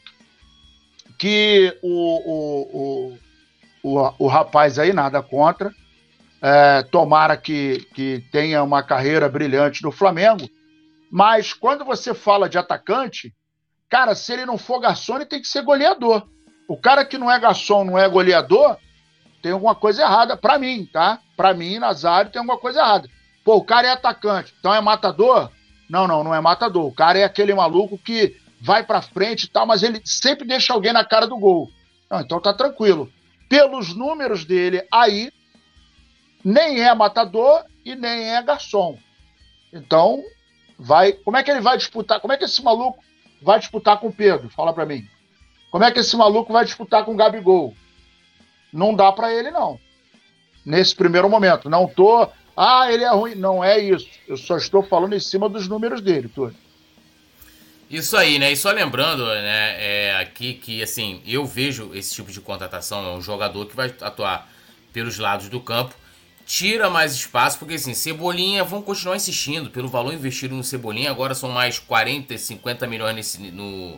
que o, o, o, o, o rapaz aí, nada contra, é, tomara que, que tenha uma carreira brilhante no Flamengo, mas quando você fala de atacante, cara, se ele não for garçom, ele tem que ser goleador. O cara que não é garçom, não é goleador, tem alguma coisa errada pra mim, tá? Pra mim, Nazário, tem alguma coisa errada. Pô, o cara é atacante, então é matador? Não, não, não é matador. O cara é aquele maluco que vai pra frente e tal, mas ele sempre deixa alguém na cara do gol. Não, então tá tranquilo. Pelos números dele aí, nem é matador e nem é garçom. Então, vai. Como é que ele vai disputar? Como é que esse maluco vai disputar com o Pedro? Fala pra mim. Como é que esse maluco vai disputar com o Gabigol? Não dá pra ele, não. Nesse primeiro momento. Não tô... Ah, ele é ruim. Não é isso. Eu só estou falando em cima dos números dele, Túlio. Isso aí, né? E só lembrando, né, é, aqui que, assim, eu vejo esse tipo de contratação, é um jogador que vai atuar pelos lados do campo, tira mais espaço, porque, assim, Cebolinha, vão continuar insistindo, pelo valor investido no Cebolinha, agora são mais quarenta, cinquenta milhões nesse, no...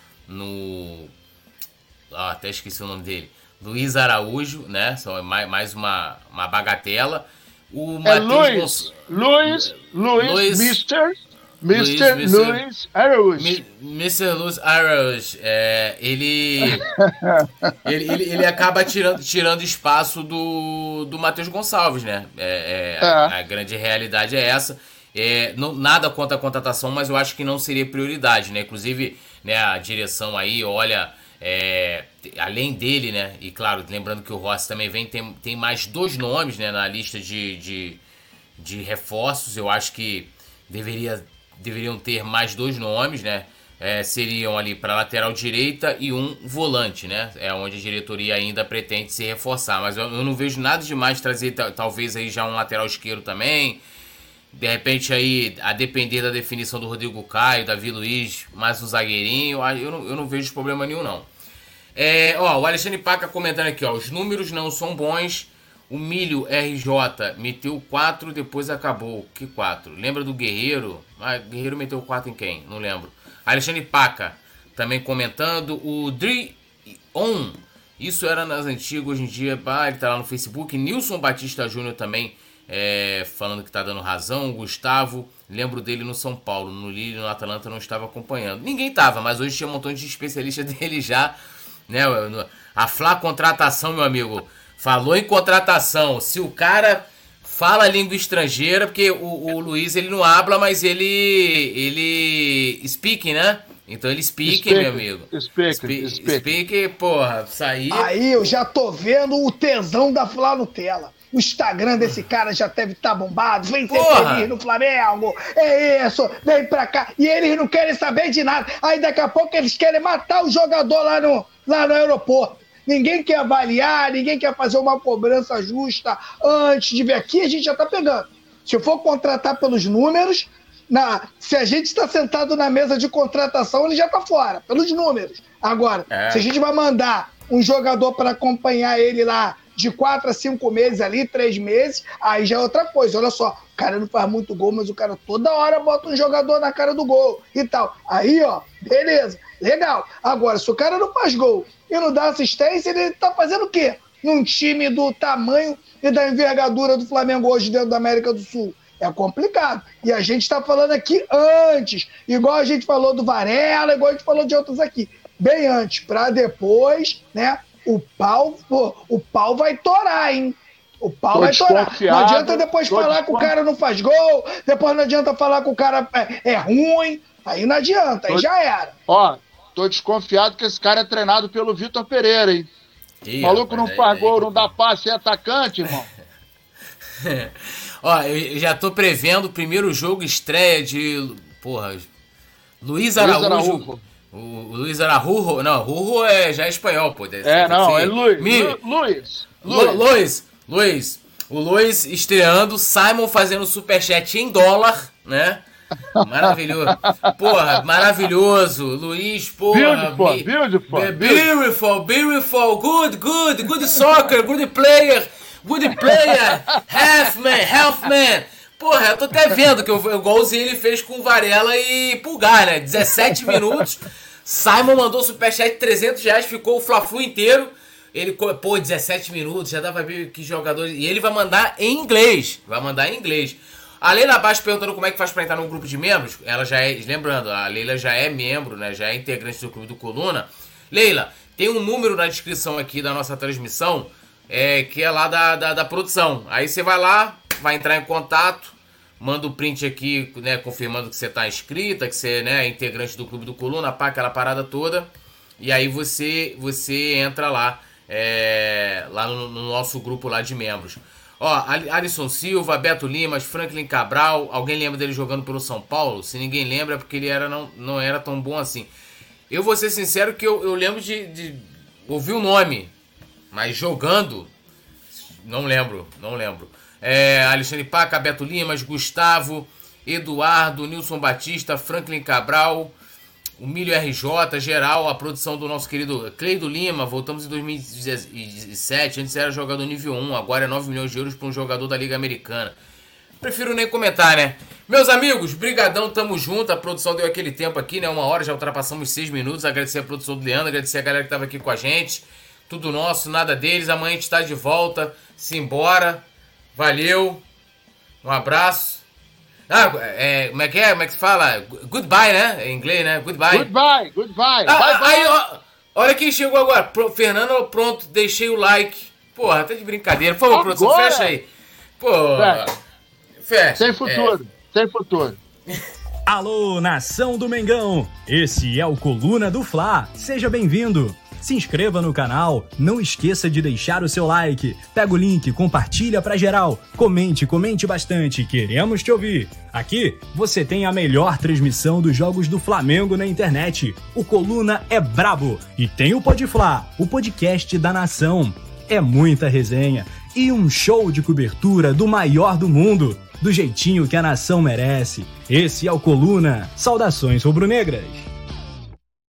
no ah, até esqueci o nome dele. Luiz Araújo, né? Só mais, mais uma, uma bagatela. O é Luiz, Luiz, Luiz, Luiz, mister mister Luiz Araújo. mister Luiz Araújo, é, ele, ele, ele, ele acaba tirando, tirando espaço do, do Matheus Gonçalves, né? É, é, é. A, a grande realidade é essa. É, não, nada contra a contratação, mas eu acho que não seria prioridade, né? Inclusive, né, a direção aí olha... É, além dele, né? E claro, lembrando que o Rossi também vem, tem, tem mais dois nomes, né, na lista de, de, de reforços. Eu acho que deveria, deveriam ter mais dois nomes, né? É, seriam ali para lateral direita e um volante, né? É onde a diretoria ainda pretende se reforçar. Mas eu, eu não vejo nada demais trazer, talvez aí já um lateral esquerdo também. De repente aí, a depender da definição do Rodrigo Caio, Davi Luiz, mais um zagueirinho, eu não, eu não vejo problema nenhum, não. É, ó, o Alexandre Paca comentando aqui, ó, os números não são bons, o Milho R J meteu quatro, depois acabou. Que quatro? Lembra do Guerreiro? Ah, Guerreiro meteu quatro em quem? Não lembro. Alexandre Paca também comentando, o Dri On, isso era nas antigas, hoje em dia, bah, ele tá lá no Facebook. Nilson Batista Júnior também, É, falando que tá dando razão. O Gustavo, lembro dele no São Paulo, no Lille, no Atalanta não estava acompanhando. Ninguém tava, mas hoje tinha um montão de especialistas dele já, né? A Flá contratação, meu amigo, falou em contratação. Se o cara fala língua estrangeira, porque o, o Luiz ele não habla, mas ele ele speak, né? Então ele speak, speak meu amigo. Speak, speak. Speak, porra, sair. Aí eu já tô vendo o tesão da Flá Nutella. O Instagram desse cara já deve estar tá bombado. Vem ser feliz no Flamengo. É isso, vem pra cá. E eles não querem saber de nada. Aí daqui a pouco eles querem matar o jogador lá no, lá no aeroporto. Ninguém quer avaliar, ninguém quer fazer uma cobrança justa antes de vir aqui. A gente já tá pegando. Se eu for contratar pelos números, na, se a gente está sentado na mesa de contratação, ele já tá fora, pelos números. Agora, é. se a gente vai mandar um jogador para acompanhar ele lá de quatro a cinco meses ali, três meses, aí já é outra coisa. Olha só, o cara não faz muito gol, mas o cara toda hora bota um jogador na cara do gol e tal. Aí, ó, beleza, legal. Agora, se o cara não faz gol e não dá assistência, ele tá fazendo o quê? Num time do tamanho e da envergadura do Flamengo hoje dentro da América do Sul. É complicado. E a gente tá falando aqui antes, igual a gente falou do Varela, igual a gente falou de outros aqui. Bem antes, pra depois, né? O pau, pô, o pau vai torar, hein? O pau tô vai torar. Não adianta depois falar que o cara não faz gol, depois não adianta falar que o cara é, é ruim. Aí não adianta, tô... aí já era. Ó, tô desconfiado que esse cara é treinado pelo Vitor Pereira, hein? O maluco não faz gol, não dá passe, é atacante, irmão. Ó, eu já tô prevendo o primeiro jogo estreia de, porra, Luiz Araújo. Luiz Araújo. O, o Luiz Araújo, não, Rujo é, já é espanhol, pô. Deve, é, deve não, ser. é Luiz. Mi... Lu, Luiz. Lu, Luiz. Luiz. O Luiz estreando, Simon fazendo superchat em dólar, né? Maravilhoso. Porra, maravilhoso. Luiz, porra. Beautiful, be, beautiful, be, beautiful, beautiful, good, good, good soccer, good player, good player, halfman, halfman. Porra, eu tô até vendo que o golzinho ele fez com Varela e Pulgar, né? dezessete minutos. Simon mandou superchat trezentos reais, ficou o Fla-Flu inteiro. Ele, pô, dezessete minutos, já dá pra ver que jogador... E ele vai mandar em inglês. Vai mandar em inglês. A Leila Baixo perguntando como é que faz pra entrar num grupo de membros. Ela já é... Lembrando, a Leila já é membro, né? Já é integrante do Clube do Coluna. Leila, tem um número na descrição aqui da nossa transmissão, é, que é lá da, da, da produção. Aí você vai lá, vai entrar em contato, manda o um print aqui, né? Confirmando que você tá inscrita, que você, né, é integrante do Clube do Coluna, pá, aquela parada toda. E aí você, você entra lá. É, lá no, no nosso grupo lá de membros. Ó, Alisson Silva, Beto Limas, Franklin Cabral. Alguém lembra dele jogando pelo São Paulo? Se ninguém lembra, é porque ele era, não, não era tão bom assim. Eu vou ser sincero que eu, eu lembro de, de ouvir o nome, mas jogando não lembro, não lembro. É, Alexandre Paca, Beto Limas, Gustavo, Eduardo, Nilson Batista, Franklin Cabral, o Milho R J, geral, a produção do nosso querido Cleido Lima. Voltamos em dois mil e dezessete, antes era jogador nível um, agora é nove milhões de euros para um jogador da Liga Americana. Prefiro nem comentar, né? Meus amigos, brigadão, tamo junto. A produção deu aquele tempo aqui, né? Uma hora, já ultrapassamos seis minutos. Agradecer a produção do Leandro, agradecer a galera que tava aqui com a gente. Tudo nosso, nada deles. Amanhã a gente tá de volta. Simbora. Valeu. Um abraço. Ah, é, como é que é? Como é que se fala? Goodbye, né? Em inglês, né? Goodbye. Goodbye, goodbye. Ah, bye, bye. Aí, ó, olha quem chegou agora. Pro, Fernando, pronto, deixei o like. Porra, tá de brincadeira. Por favor, Agora? produção, fecha aí. Porra. Fecha. Sem futuro, é. sem futuro. Alô, nação do Mengão. Esse é o Coluna do Fla. Seja bem-vindo. Se inscreva no canal, não esqueça de deixar o seu like, pega o link, compartilha pra geral, comente, comente bastante, queremos te ouvir. Aqui você tem a melhor transmissão dos jogos do Flamengo na internet. O Coluna é brabo e tem o Podfla, o podcast da nação. É muita resenha e um show de cobertura do maior do mundo, do jeitinho que a nação merece. Esse é o Coluna. Saudações rubro-negras.